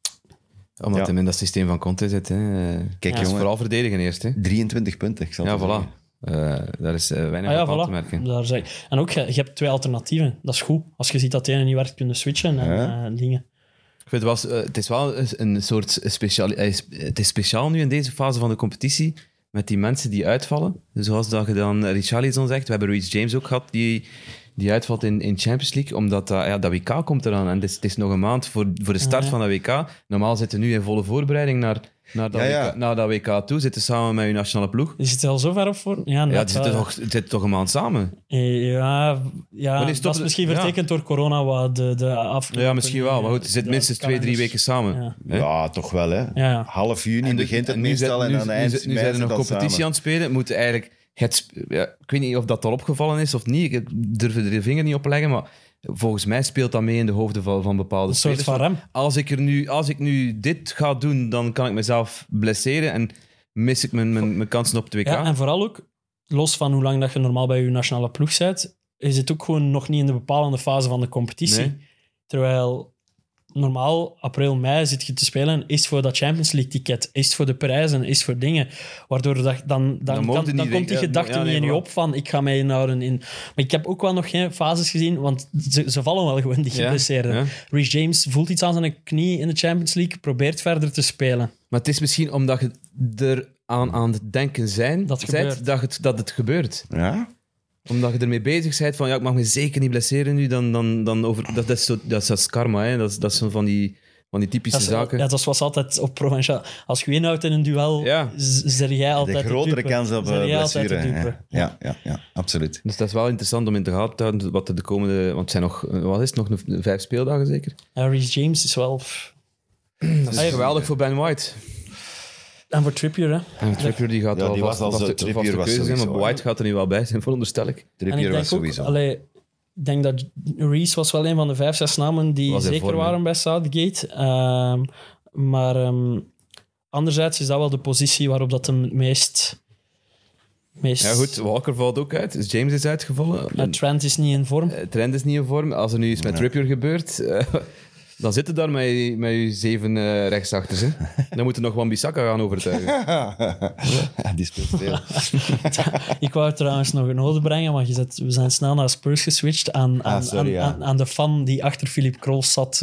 Speaker 3: Omdat hij in dat systeem van Conte zit. Hè. Kijk, jongen, vooral verdedigen eerst. Hè.
Speaker 2: 23 punten, ik zal het zeggen.
Speaker 3: Voilà. Daar is weinig op aan te merken.
Speaker 4: En ook, je hebt 2 alternatieven. Dat is goed. Als je ziet dat de ene niet werkt, kun je switchen en dingen.
Speaker 3: Ik vind het is wel een soort speciaal... Het is speciaal nu in deze fase van de competitie, met die mensen die uitvallen. Zoals dat je dan Richarlison zegt. We hebben Reece James ook gehad, die uitvalt in Champions League, omdat dat WK komt eraan. En het is nog een maand voor de start van dat WK. Normaal zitten we nu in volle voorbereiding naar dat WK toe. Zitten samen met uw nationale ploeg.
Speaker 4: Je zit er al zo ver op voor?
Speaker 3: Het zit toch een maand samen?
Speaker 4: Ja, dat is misschien vertekend door corona. Wat de
Speaker 3: ja, misschien wel. Maar goed, je zit minstens 2-3 weken samen.
Speaker 2: Ja, toch wel. Hè?
Speaker 4: Ja.
Speaker 2: Half juni begint het meestal en aan eind
Speaker 3: nu zijn er nog competitie samen aan het spelen. Moet eigenlijk... ik weet niet of dat al opgevallen is of niet. Ik durf er de vinger niet op te leggen, maar volgens mij speelt dat mee in de hoofden van bepaalde spelers.
Speaker 4: Een soort van rem.
Speaker 3: Als ik nu dit ga doen, dan kan ik mezelf blesseren en mis ik mijn kansen op het WK.
Speaker 4: Ja, en vooral ook, los van hoe lang dat je normaal bij je nationale ploeg bent, is het ook gewoon nog niet in de bepalende fase van de competitie. Nee. Terwijl... Normaal, april, mei zit je te spelen, is voor dat Champions League-ticket, is voor de prijzen, is voor dingen. Waardoor dan komt die gedachte niet in je op van, ik ga mij inhouden in... Maar ik heb ook wel nog geen fases gezien, want ze vallen wel gewoon, die geblesseerden. Ja. Reece James voelt iets aan zijn knie in de Champions League, probeert verder te spelen.
Speaker 3: Maar het is misschien omdat je er aan het denken dat het gebeurt.
Speaker 2: Ja?
Speaker 3: Omdat je ermee bezig bent van, ik mag me zeker niet blesseren nu, dat is karma, hè. Dat is zo van die typische zaken.
Speaker 4: Ja, dat was altijd op Provinciaal. Als je inhoudt in een duel, zeg jij altijd
Speaker 2: de grotere kans op blessure. Ja, absoluut.
Speaker 3: Dus dat is wel interessant om in te gaten te houden wat de komende... Want het zijn nog 5 speeldagen zeker?
Speaker 4: Ja, Reece James is wel...
Speaker 3: Dat is geweldig voor Ben White.
Speaker 4: En voor Trippier, hè?
Speaker 3: En Trippier die gaat al vaste keuze zijn, maar White gaat er nu wel bij zijn, veronderstel ik.
Speaker 2: Trippier was sowieso.
Speaker 4: Ik denk dat Reece was wel een van de 5-6 namen die zeker waren bij Southgate. Maar anderzijds is dat wel de positie waarop dat hem het meest...
Speaker 3: Ja goed, Walker valt ook uit. James is uitgevallen.
Speaker 4: Trent is niet in vorm.
Speaker 3: Als er nu iets met Trippier gebeurt... Dan zitten daar met je 7 rechtsachters. Hè. Dan moet er nog Wan-Bissaka gaan overtuigen.
Speaker 2: Ja, die speelt veel.
Speaker 4: Ik wou trouwens nog een ode brengen, maar we zijn snel naar Spurs geswitcht aan de fan die achter Philippe Kroos zat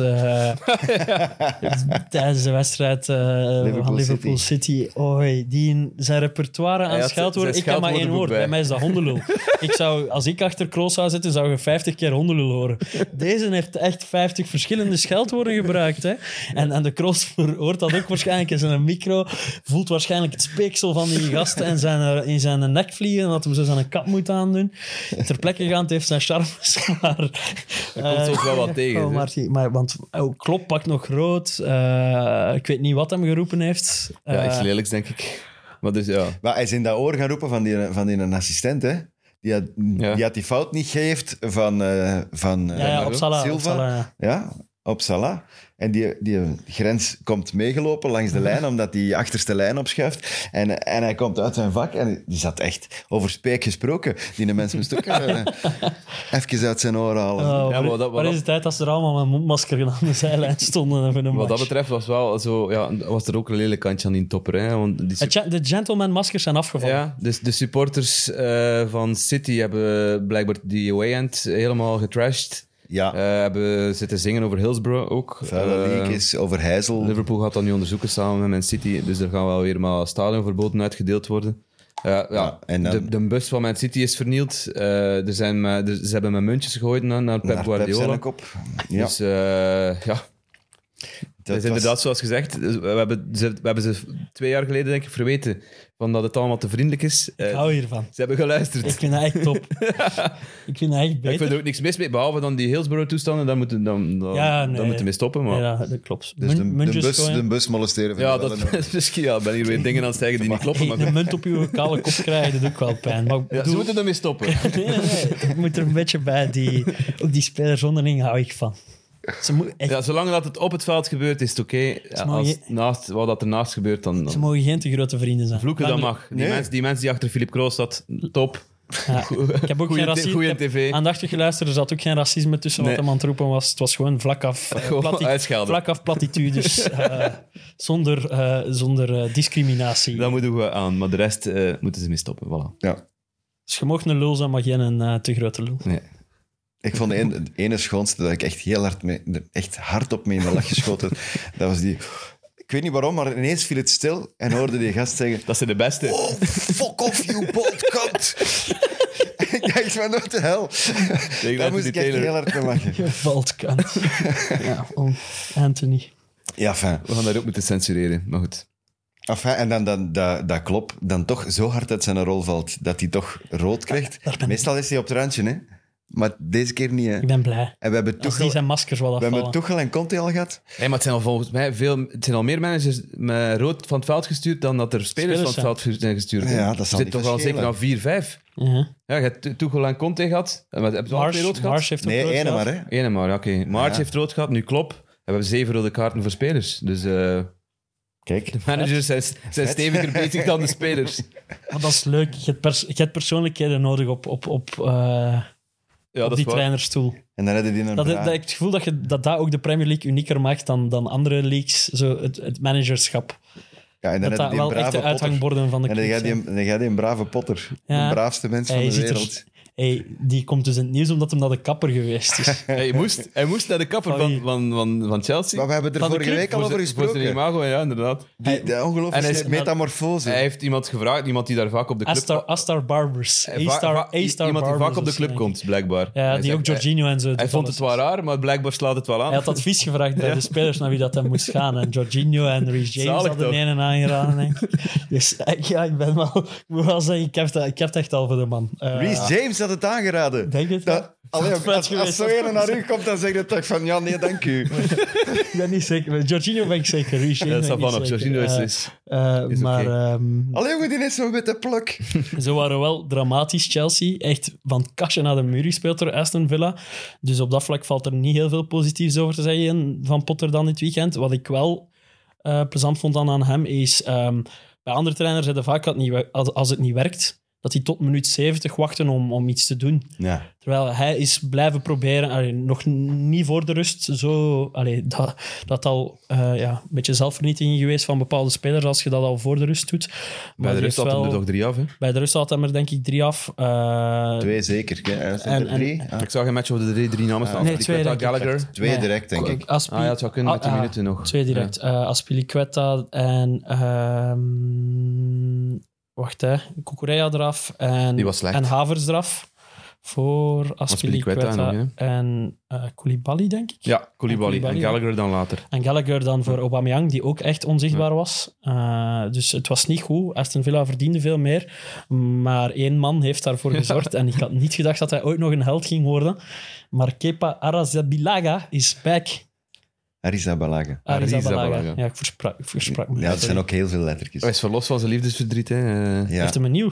Speaker 4: tijdens de wedstrijd van Liverpool City. Oei, zijn repertoire aan scheldwoorden. Ik heb maar 1 woord. Bij mij is dat hondenlul. Als ik achter Kroos zou zitten, zou je 50 keer hondenlul horen. Deze heeft echt 50 verschillende scheldwoorden gebruikt. Hè? En de Kroos hoort dat ook waarschijnlijk in zijn micro, voelt waarschijnlijk het speeksel van die gast in zijn nek vliegen, dat hij zo zijn kap moet aandoen. Ter plekke gaan, het heeft zijn charmes, maar...
Speaker 3: Er komt soms wel wat tegen.
Speaker 4: Want Klopp pakt nog rood. Ik weet niet wat hem geroepen heeft.
Speaker 3: Iets lelijks, denk ik.
Speaker 2: Maar hij is in dat oor gaan roepen van die assistent, hè? Die had die fout niet geeft van
Speaker 4: op Salah,
Speaker 2: Silva.
Speaker 4: Salah,
Speaker 2: ja. op Salah. En die grens komt meegelopen langs de lijn, omdat hij achterste lijn opschuift. En hij komt uit zijn vak en die zat echt over speek gesproken. Die mens moest ook even uit zijn oren halen.
Speaker 4: Waar is het tijd dat ze er allemaal met mondmasker aan de zijlijn stonden? Voor een
Speaker 3: Wat dat
Speaker 4: match?
Speaker 3: betreft was er ook een lelijk kantje aan die topper. Hè? Want
Speaker 4: De gentleman-maskers zijn afgevallen.
Speaker 3: ja, dus de supporters van City hebben blijkbaar die away-end helemaal getrashed.
Speaker 2: Ja,
Speaker 3: Hebben zitten zingen over Hillsborough ook.
Speaker 2: vuile leakjes over Heysel.
Speaker 3: Liverpool gaat dat nu onderzoeken samen met Man City. Dus er gaan wel weer maar stadionverboden uitgedeeld worden.
Speaker 2: en dan-
Speaker 3: de bus van Man City is vernield. Ze hebben met muntjes gegooid naar Pep
Speaker 2: Naar Pep
Speaker 3: Guardiola.
Speaker 2: zijn kop. Ja.
Speaker 3: Dus
Speaker 2: Dat
Speaker 3: is
Speaker 2: was-
Speaker 3: inderdaad zoals gezegd. We hebben ze 2 jaar geleden denk ik verweten van dat het allemaal te vriendelijk is.
Speaker 4: Ik hou hiervan.
Speaker 3: Ze hebben geluisterd.
Speaker 4: Ik vind dat echt top. Ik vind dat echt
Speaker 3: Ik
Speaker 4: beter.
Speaker 3: vind er ook niks mis mee, behalve dan die Hillsborough-toestanden. Daar moeten we mee stoppen. Maar...
Speaker 4: Ja, dat klopt.
Speaker 2: Dus
Speaker 4: Muntjes gooien.
Speaker 2: de bus molesteren.
Speaker 3: Ja, dat is misschien... Ja, ik ben hier weer dingen aan het zeggen die niet kloppen. Maar
Speaker 4: Hey, een munt op je kale kop krijgen, dat doet ook wel pijn. Maar ik
Speaker 3: ja, ze
Speaker 4: bedoel-
Speaker 3: moeten ermee stoppen.
Speaker 4: Nee. Ik moet er een beetje bij. Ook die spelers onderling hou ik van. Ze, echt,
Speaker 3: Ja, zolang dat het op het veld gebeurt, is het oké. Ja,
Speaker 4: mogen-
Speaker 3: wat dat ernaast gebeurt, dan
Speaker 4: ze mogen geen te grote vrienden zijn.
Speaker 3: vloeken, dat
Speaker 4: Langer-
Speaker 3: mag. Die mens die achter Philippe Kroos zat, top.
Speaker 4: Ja, ik heb ook geen racisme.
Speaker 3: Goeie tv.
Speaker 4: Aandachtig geluisterd, er zat ook geen racisme tussen
Speaker 3: Nee.
Speaker 4: wat hem aan het roepen was. Het was gewoon vlak af,
Speaker 3: Gewoon uitschelden.
Speaker 4: vlak af platitudes, zonder discriminatie.
Speaker 3: Dat moeten we aan, maar de rest moeten ze mee stoppen. Voilà.
Speaker 2: Ja.
Speaker 4: Dus je mocht een lul zijn, maar geen te grote lul.
Speaker 3: Nee.
Speaker 2: Ik vond de ene schoonste dat ik echt heel hard op mee in de lach geschoten. Dat was die... Ik weet niet waarom, maar ineens viel het stil en hoorde die gast zeggen...
Speaker 3: Dat zijn de beste.
Speaker 2: Oh, fuck off, you bold cunt. Ik dacht van, what the hell? Daar moest ik echt heel hard mee lachen.
Speaker 4: Je valt kant. Ja, Anthony.
Speaker 2: Ja, fijn.
Speaker 3: We gaan dat ook moeten censureren, maar goed.
Speaker 2: Enfin, en dan dat Klopp dan toch zo hard uit zijn rol valt dat hij toch rood krijgt. Meestal is hij op het randje, hè. Maar deze keer niet, hè.
Speaker 4: Ik ben blij.
Speaker 2: En we hebben
Speaker 4: Als die zijn maskers wel
Speaker 2: we
Speaker 4: afvallen.
Speaker 2: hebben Tuchel en Conte al gehad.
Speaker 3: Hey, maar het zijn al volgens mij het zijn al meer managers met rood van het veld gestuurd dan dat er spelers van het veld zijn gestuurd. hè.
Speaker 2: Ja, dat zal
Speaker 3: zit
Speaker 2: niet
Speaker 3: toch wel zeker
Speaker 2: verschillen.
Speaker 3: aan 4-5.
Speaker 4: Ja.
Speaker 3: Ja, je hebt Tuchel en Conte gehad. En wat hebben ze al twee rood gehad?
Speaker 4: Mars heeft ook
Speaker 2: Nee,
Speaker 4: rood
Speaker 2: ene
Speaker 4: gehad.
Speaker 2: maar, hè.
Speaker 3: Ene maar, ja, oké. March heeft rood gehad, nu Klopp. En we hebben 7 rode kaarten voor spelers. Dus
Speaker 2: Kijk.
Speaker 3: de managers zijn steviger bezig dan de spelers.
Speaker 4: Maar dat is leuk. Je hebt persoonlijkheden nodig op
Speaker 3: Ja, dat
Speaker 4: die
Speaker 3: is waar.
Speaker 4: trainerstoel.
Speaker 2: En dan hadden die een
Speaker 4: Ik heb het gevoel dat ook de Premier League unieker maakt dan andere leagues. Zo het managerschap.
Speaker 2: Ja, en dan
Speaker 4: Dat
Speaker 2: hadden die een
Speaker 4: wel echt
Speaker 2: brave
Speaker 4: de
Speaker 2: Potter.
Speaker 4: uithangborden van de
Speaker 2: En
Speaker 4: club
Speaker 2: dan
Speaker 4: zijn.
Speaker 2: gaat die een brave Potter.
Speaker 4: Ja.
Speaker 2: De braafste mens van
Speaker 4: Hij
Speaker 2: de
Speaker 4: ziet er-
Speaker 2: wereld.
Speaker 4: Die komt dus in het nieuws omdat hij naar de kapper geweest is.
Speaker 3: Hij moest naar de kapper
Speaker 4: Van wie?
Speaker 3: van Chelsea.
Speaker 2: Maar we hebben er
Speaker 4: Van de
Speaker 2: vorige
Speaker 4: club?
Speaker 2: week al over
Speaker 3: Voor zijn
Speaker 2: gesproken.
Speaker 3: imago, ja, inderdaad.
Speaker 2: De
Speaker 3: En hij
Speaker 2: ongelooflijke
Speaker 3: is-
Speaker 2: metamorfose.
Speaker 3: Hij heeft iemand gevraagd, iemand die daar vaak op de club...
Speaker 4: Astar Barbers. A-Star
Speaker 3: Iemand die
Speaker 4: Barbers
Speaker 3: vaak op de
Speaker 4: is,
Speaker 3: club
Speaker 4: denk
Speaker 3: komt,
Speaker 4: ik.
Speaker 3: blijkbaar.
Speaker 4: Ja,
Speaker 3: Hij
Speaker 4: die
Speaker 3: zegt-
Speaker 4: ook Jorginho en zo.
Speaker 3: Hij vond het wel raar, maar blijkbaar slaat het wel aan.
Speaker 4: Hij had advies gevraagd bij de spelers naar wie dat hij moest gaan. En Jorginho en Reece James
Speaker 3: Zalig
Speaker 4: hadden
Speaker 3: toch?
Speaker 4: een aangeraden, denk ik. Dus ja, ik moet wel zeggen, ik heb het echt al voor de man.
Speaker 2: Reece James had het aangeraden.
Speaker 4: Denk je het?
Speaker 2: Allee,
Speaker 4: Dat is vet
Speaker 2: als
Speaker 4: geweest.
Speaker 2: zo een naar u komt, dan zeg je toch van ja, nee, dank u.
Speaker 4: Ik ben niet zeker. Met Jorginho ben ik zeker. Reece
Speaker 3: Ja,
Speaker 4: James
Speaker 3: dat
Speaker 4: ben
Speaker 3: staat
Speaker 4: ik
Speaker 3: van
Speaker 4: niet
Speaker 3: op.
Speaker 4: zeker.
Speaker 3: Jorginho is...
Speaker 4: Maar
Speaker 2: Allee, moet ineens zo'n witte pluk.
Speaker 4: ze waren wel dramatisch, Chelsea. Echt van het kastje naar de muur gespeeld door Aston Villa. Dus op dat vlak valt er niet heel veel positiefs over te zeggen van Potter dan dit weekend. Wat ik wel plezant vond aan hem is... bij andere trainers zeiden vaak als het niet werkt, dat hij tot minuut 70 wachten om iets te doen.
Speaker 2: Ja.
Speaker 4: Terwijl hij is blijven proberen, nog niet voor de rust, zo, dat al een beetje zelfvernietiging geweest van bepaalde spelers als je dat al voor de rust doet. Maar
Speaker 3: Bij de
Speaker 4: die
Speaker 3: rust
Speaker 4: heeft
Speaker 3: had hij er
Speaker 4: wel-
Speaker 3: toch 3 af, hè?
Speaker 4: Bij de rust had hij er denk ik 3 af.
Speaker 2: 2 zeker. Hè?
Speaker 4: En-
Speaker 2: 3?
Speaker 3: Ik zag een match over de 3 namen staan.
Speaker 4: Nee,
Speaker 3: Aspilicueta,
Speaker 4: 2 denk ik.
Speaker 3: Gallagher.
Speaker 2: 2 direct, denk ik.
Speaker 3: Ah ja, het zou kunnen met 10 minuten nog.
Speaker 4: 2 direct. Aspilicueta en... wacht, hè. Cucurella eraf en,
Speaker 3: Die was slecht.
Speaker 4: en Havers eraf. Voor
Speaker 3: Aspilicueta
Speaker 4: Aspilicueta
Speaker 3: nog,
Speaker 4: en Koulibaly, denk ik.
Speaker 3: Ja, Koulibaly. En
Speaker 4: Koulibaly,
Speaker 3: Gallagher dan later.
Speaker 4: En Gallagher dan voor Aubameyang, die ook echt onzichtbaar was. Dus het was niet goed. Aston Villa verdiende veel meer. Maar 1 man heeft daarvoor gezorgd. En ik had niet gedacht dat hij ooit nog een held ging worden. Maar Kepa Arrizabalaga is back.
Speaker 2: Arrizabalaga.
Speaker 3: Arrizabalaga.
Speaker 4: Ja, ik versprak me.
Speaker 2: Ja, het zijn ook heel veel lettertjes.
Speaker 3: Hij is verlost van zijn liefdesverdriet, hè.
Speaker 2: Ja.
Speaker 4: Heeft hem een nieuw?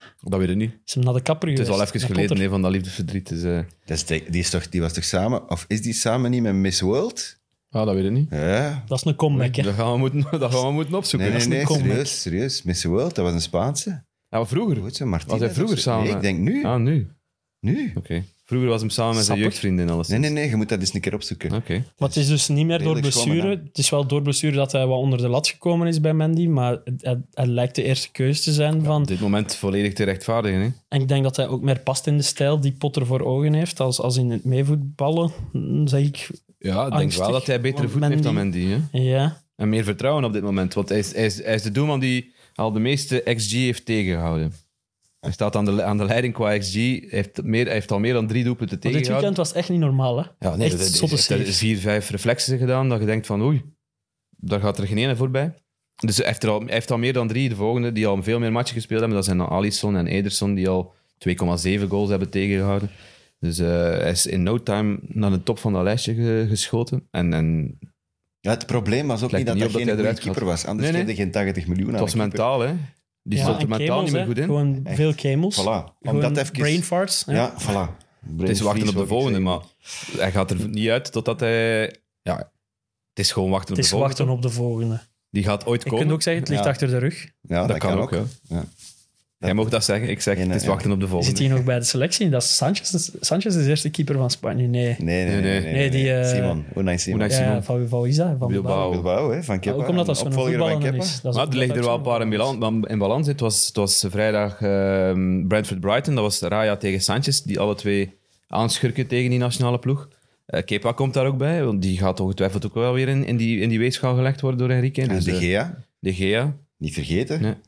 Speaker 3: Dat weet ik niet.
Speaker 4: Is hem naar de kapper
Speaker 3: Het is
Speaker 4: geweest?
Speaker 3: al even
Speaker 4: met
Speaker 3: geleden
Speaker 4: Potter?
Speaker 3: van dat liefdesverdriet. Dus,
Speaker 2: Die was toch samen... Of is die samen niet met Miss World?
Speaker 3: dat weet ik niet.
Speaker 2: Ja.
Speaker 4: Dat is een comeback, hè?
Speaker 3: Dat gaan we moeten opzoeken.
Speaker 2: Nee,
Speaker 4: comeback.
Speaker 2: serieus. Miss World, dat was een Spaanse.
Speaker 3: Ja, maar vroeger.
Speaker 2: Goed zo, Martinez.
Speaker 3: Was hij vroeger
Speaker 2: of zo?
Speaker 3: samen?
Speaker 2: Nee, ik denk nu.
Speaker 3: Ah, nu.
Speaker 2: Nu.
Speaker 3: Oké. Vroeger was hem samen met zijn
Speaker 4: Sappig.
Speaker 3: jeugdvriendin en alles.
Speaker 2: Nee, je moet dat eens een keer opzoeken.
Speaker 3: Oké.
Speaker 4: Maar het is dus niet meer door
Speaker 2: Redelijk schoon
Speaker 4: blessure.
Speaker 2: gedaan.
Speaker 4: Het is wel door blessure dat hij wat onder de lat gekomen is bij Mendy, maar hij lijkt de eerste keuze te zijn van...
Speaker 3: Op dit moment volledig te rechtvaardigen. Hè?
Speaker 4: En ik denk dat hij ook meer past in de stijl die Potter voor ogen heeft, als in het meevoetballen, zeg ik.
Speaker 3: Ja, ik denk
Speaker 4: Angstig,
Speaker 3: wel dat hij betere
Speaker 4: want
Speaker 3: voeten heeft dan Mendy. Hè?
Speaker 4: Ja.
Speaker 3: En meer vertrouwen op dit moment. Want hij is de doelman die al de meeste XG heeft tegengehouden. Hij staat aan de leiding qua XG. Hij heeft al meer dan 3 doelpunten
Speaker 4: Maar dit
Speaker 3: tegengehouden.
Speaker 4: weekend was echt niet normaal, hè?
Speaker 3: Ja, nee,
Speaker 4: echt zotte
Speaker 3: hij heeft
Speaker 4: saves.
Speaker 3: 4, 5 reflexen gedaan dat je denkt van oei, daar gaat er geen ene voorbij. Dus hij heeft al meer dan 3. De volgende die al veel meer matchen gespeeld hebben, dat zijn dan Alisson en Ederson die al 2,7 goals hebben tegengehouden. Dus hij is in no time naar de top van dat lijstje geschoten. En
Speaker 2: Ja, het probleem was ook
Speaker 3: Lijkt
Speaker 2: niet dat
Speaker 3: niet
Speaker 2: dat
Speaker 3: op
Speaker 2: geen
Speaker 3: dat hij
Speaker 2: goede
Speaker 3: eruit
Speaker 2: keeper
Speaker 3: gaat.
Speaker 2: was. Anders
Speaker 3: Nee,
Speaker 2: kreeg je geen 80 miljoen aan
Speaker 3: het was
Speaker 2: een keeper.
Speaker 3: mentaal, hè. Die stond er mentaal niet meer goed in.
Speaker 4: Gewoon
Speaker 2: Echt.
Speaker 4: veel kemels.
Speaker 2: Voilà.
Speaker 4: Gewoon
Speaker 2: Omdat even...
Speaker 4: brain farts. hè.
Speaker 2: Ja, voilà.
Speaker 3: Het is wachten op de volgende, maar hij gaat er niet uit totdat hij... Ja, het is gewoon wachten op
Speaker 4: Het
Speaker 3: de
Speaker 4: is
Speaker 3: volgende.
Speaker 4: wachten op de volgende.
Speaker 3: Die gaat ooit
Speaker 4: Je
Speaker 3: komen.
Speaker 4: kunt ook zeggen, het ligt
Speaker 2: Ja.
Speaker 4: achter de rug.
Speaker 2: Ja, dat kan ook.
Speaker 3: ja. Jij mag dat zeggen. Ik zeg,
Speaker 2: En,
Speaker 3: het is
Speaker 2: ja.
Speaker 3: wachten op de volgende.
Speaker 4: Zit hij nog bij de selectie? Dat is Sanchez is de eerste keeper van Spanje. Nee.
Speaker 2: Nee,
Speaker 4: die,
Speaker 2: Simon. Unai Simon.
Speaker 3: Unai
Speaker 4: Ja,
Speaker 3: Simon.
Speaker 4: van wie is dat? Van
Speaker 3: Bilbao.
Speaker 2: Bilbao, hè, van Kepa.
Speaker 4: Ook omdat dat zo'n
Speaker 2: Opvolger van
Speaker 4: voetballer
Speaker 2: Kepa.
Speaker 4: is. Dat is
Speaker 3: Maar
Speaker 4: ook
Speaker 3: er liggen er wel een paar
Speaker 4: zo'n-
Speaker 3: in balans. Het was vrijdag Brentford-Brighton. Dat was Raya tegen Sanchez, die alle twee aanschurken tegen die nationale ploeg. Kepa komt daar ook bij, want die gaat ongetwijfeld ook wel weer in die weegschaal gelegd worden door Enrique.
Speaker 2: En
Speaker 3: Dus,
Speaker 2: De Gea,
Speaker 3: De Gea.
Speaker 2: niet vergeten.
Speaker 3: Nee.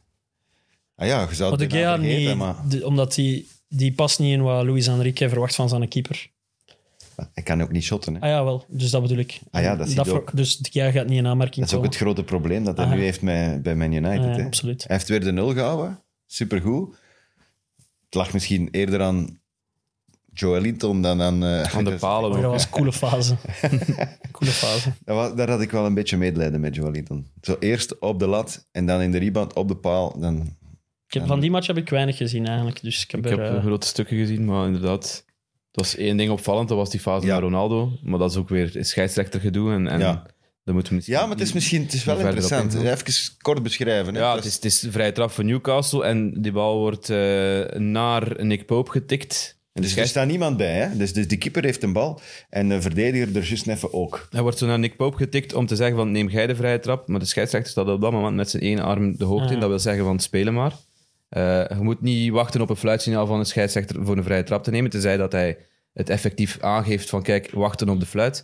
Speaker 2: Ah ja, je zou
Speaker 4: Maar
Speaker 2: het
Speaker 4: de
Speaker 2: bijna
Speaker 4: Gea
Speaker 2: vergeten,
Speaker 4: niet,
Speaker 2: maar
Speaker 4: omdat die past niet in wat Luis Enrique verwacht van zijn keeper.
Speaker 2: hij kan ook niet shotten. Hè.
Speaker 4: Ah ja, wel. Dus dat bedoel ik.
Speaker 2: Ah ja, dat zie je ook.
Speaker 4: Dus de Gea gaat niet in aanmerking
Speaker 2: Dat is ook
Speaker 4: komen.
Speaker 2: het grote probleem dat hij
Speaker 4: Ah.
Speaker 2: nu heeft bij Man United.
Speaker 4: Ja,
Speaker 2: hè.
Speaker 4: absoluut.
Speaker 2: Hij heeft weer de 0 gehouden. Supergoed. Het lag misschien eerder aan Joelinton dan aan...
Speaker 3: Aan de palen.
Speaker 4: Maar
Speaker 3: ook,
Speaker 4: dat
Speaker 3: hè.
Speaker 4: was een coole fase. Coole fase.
Speaker 2: Daar had ik wel een beetje medelijden met Joelinton. Zo eerst op de lat en dan in de rebound op de paal. Dan...
Speaker 4: Van die match heb ik weinig gezien eigenlijk. Dus ik heb
Speaker 3: Ik heb
Speaker 4: er...
Speaker 3: grote stukken gezien, maar inderdaad... Het was één ding opvallend, dat was die fase
Speaker 2: Ja.
Speaker 3: met Ronaldo. Maar dat is ook weer scheidsrechtergedoe. En
Speaker 2: Ja.
Speaker 3: dat moeten we misschien
Speaker 2: Ja, maar het is wel
Speaker 3: verder op
Speaker 2: interessant.
Speaker 3: ingaan.
Speaker 2: Even kort beschrijven. Hè.
Speaker 3: Ja,
Speaker 2: Dat
Speaker 3: het is een vrije trap voor Newcastle en die bal wordt naar Nick Pope getikt. En de
Speaker 2: Dus er staat niemand bij. Hè? Dus de keeper heeft een bal en de verdediger er juist even ook.
Speaker 3: Hij wordt zo naar Nick Pope getikt om te zeggen van neem jij de vrije trap. Maar de scheidsrechter staat op dat moment met zijn ene arm de hoogte in.
Speaker 4: Ja.
Speaker 3: Dat wil zeggen van spelen maar. Je moet niet wachten op een fluitsignaal van een scheidsrechter voor een vrije trap te nemen. Tenzij dat hij het effectief aangeeft van kijk, wachten op de fluit.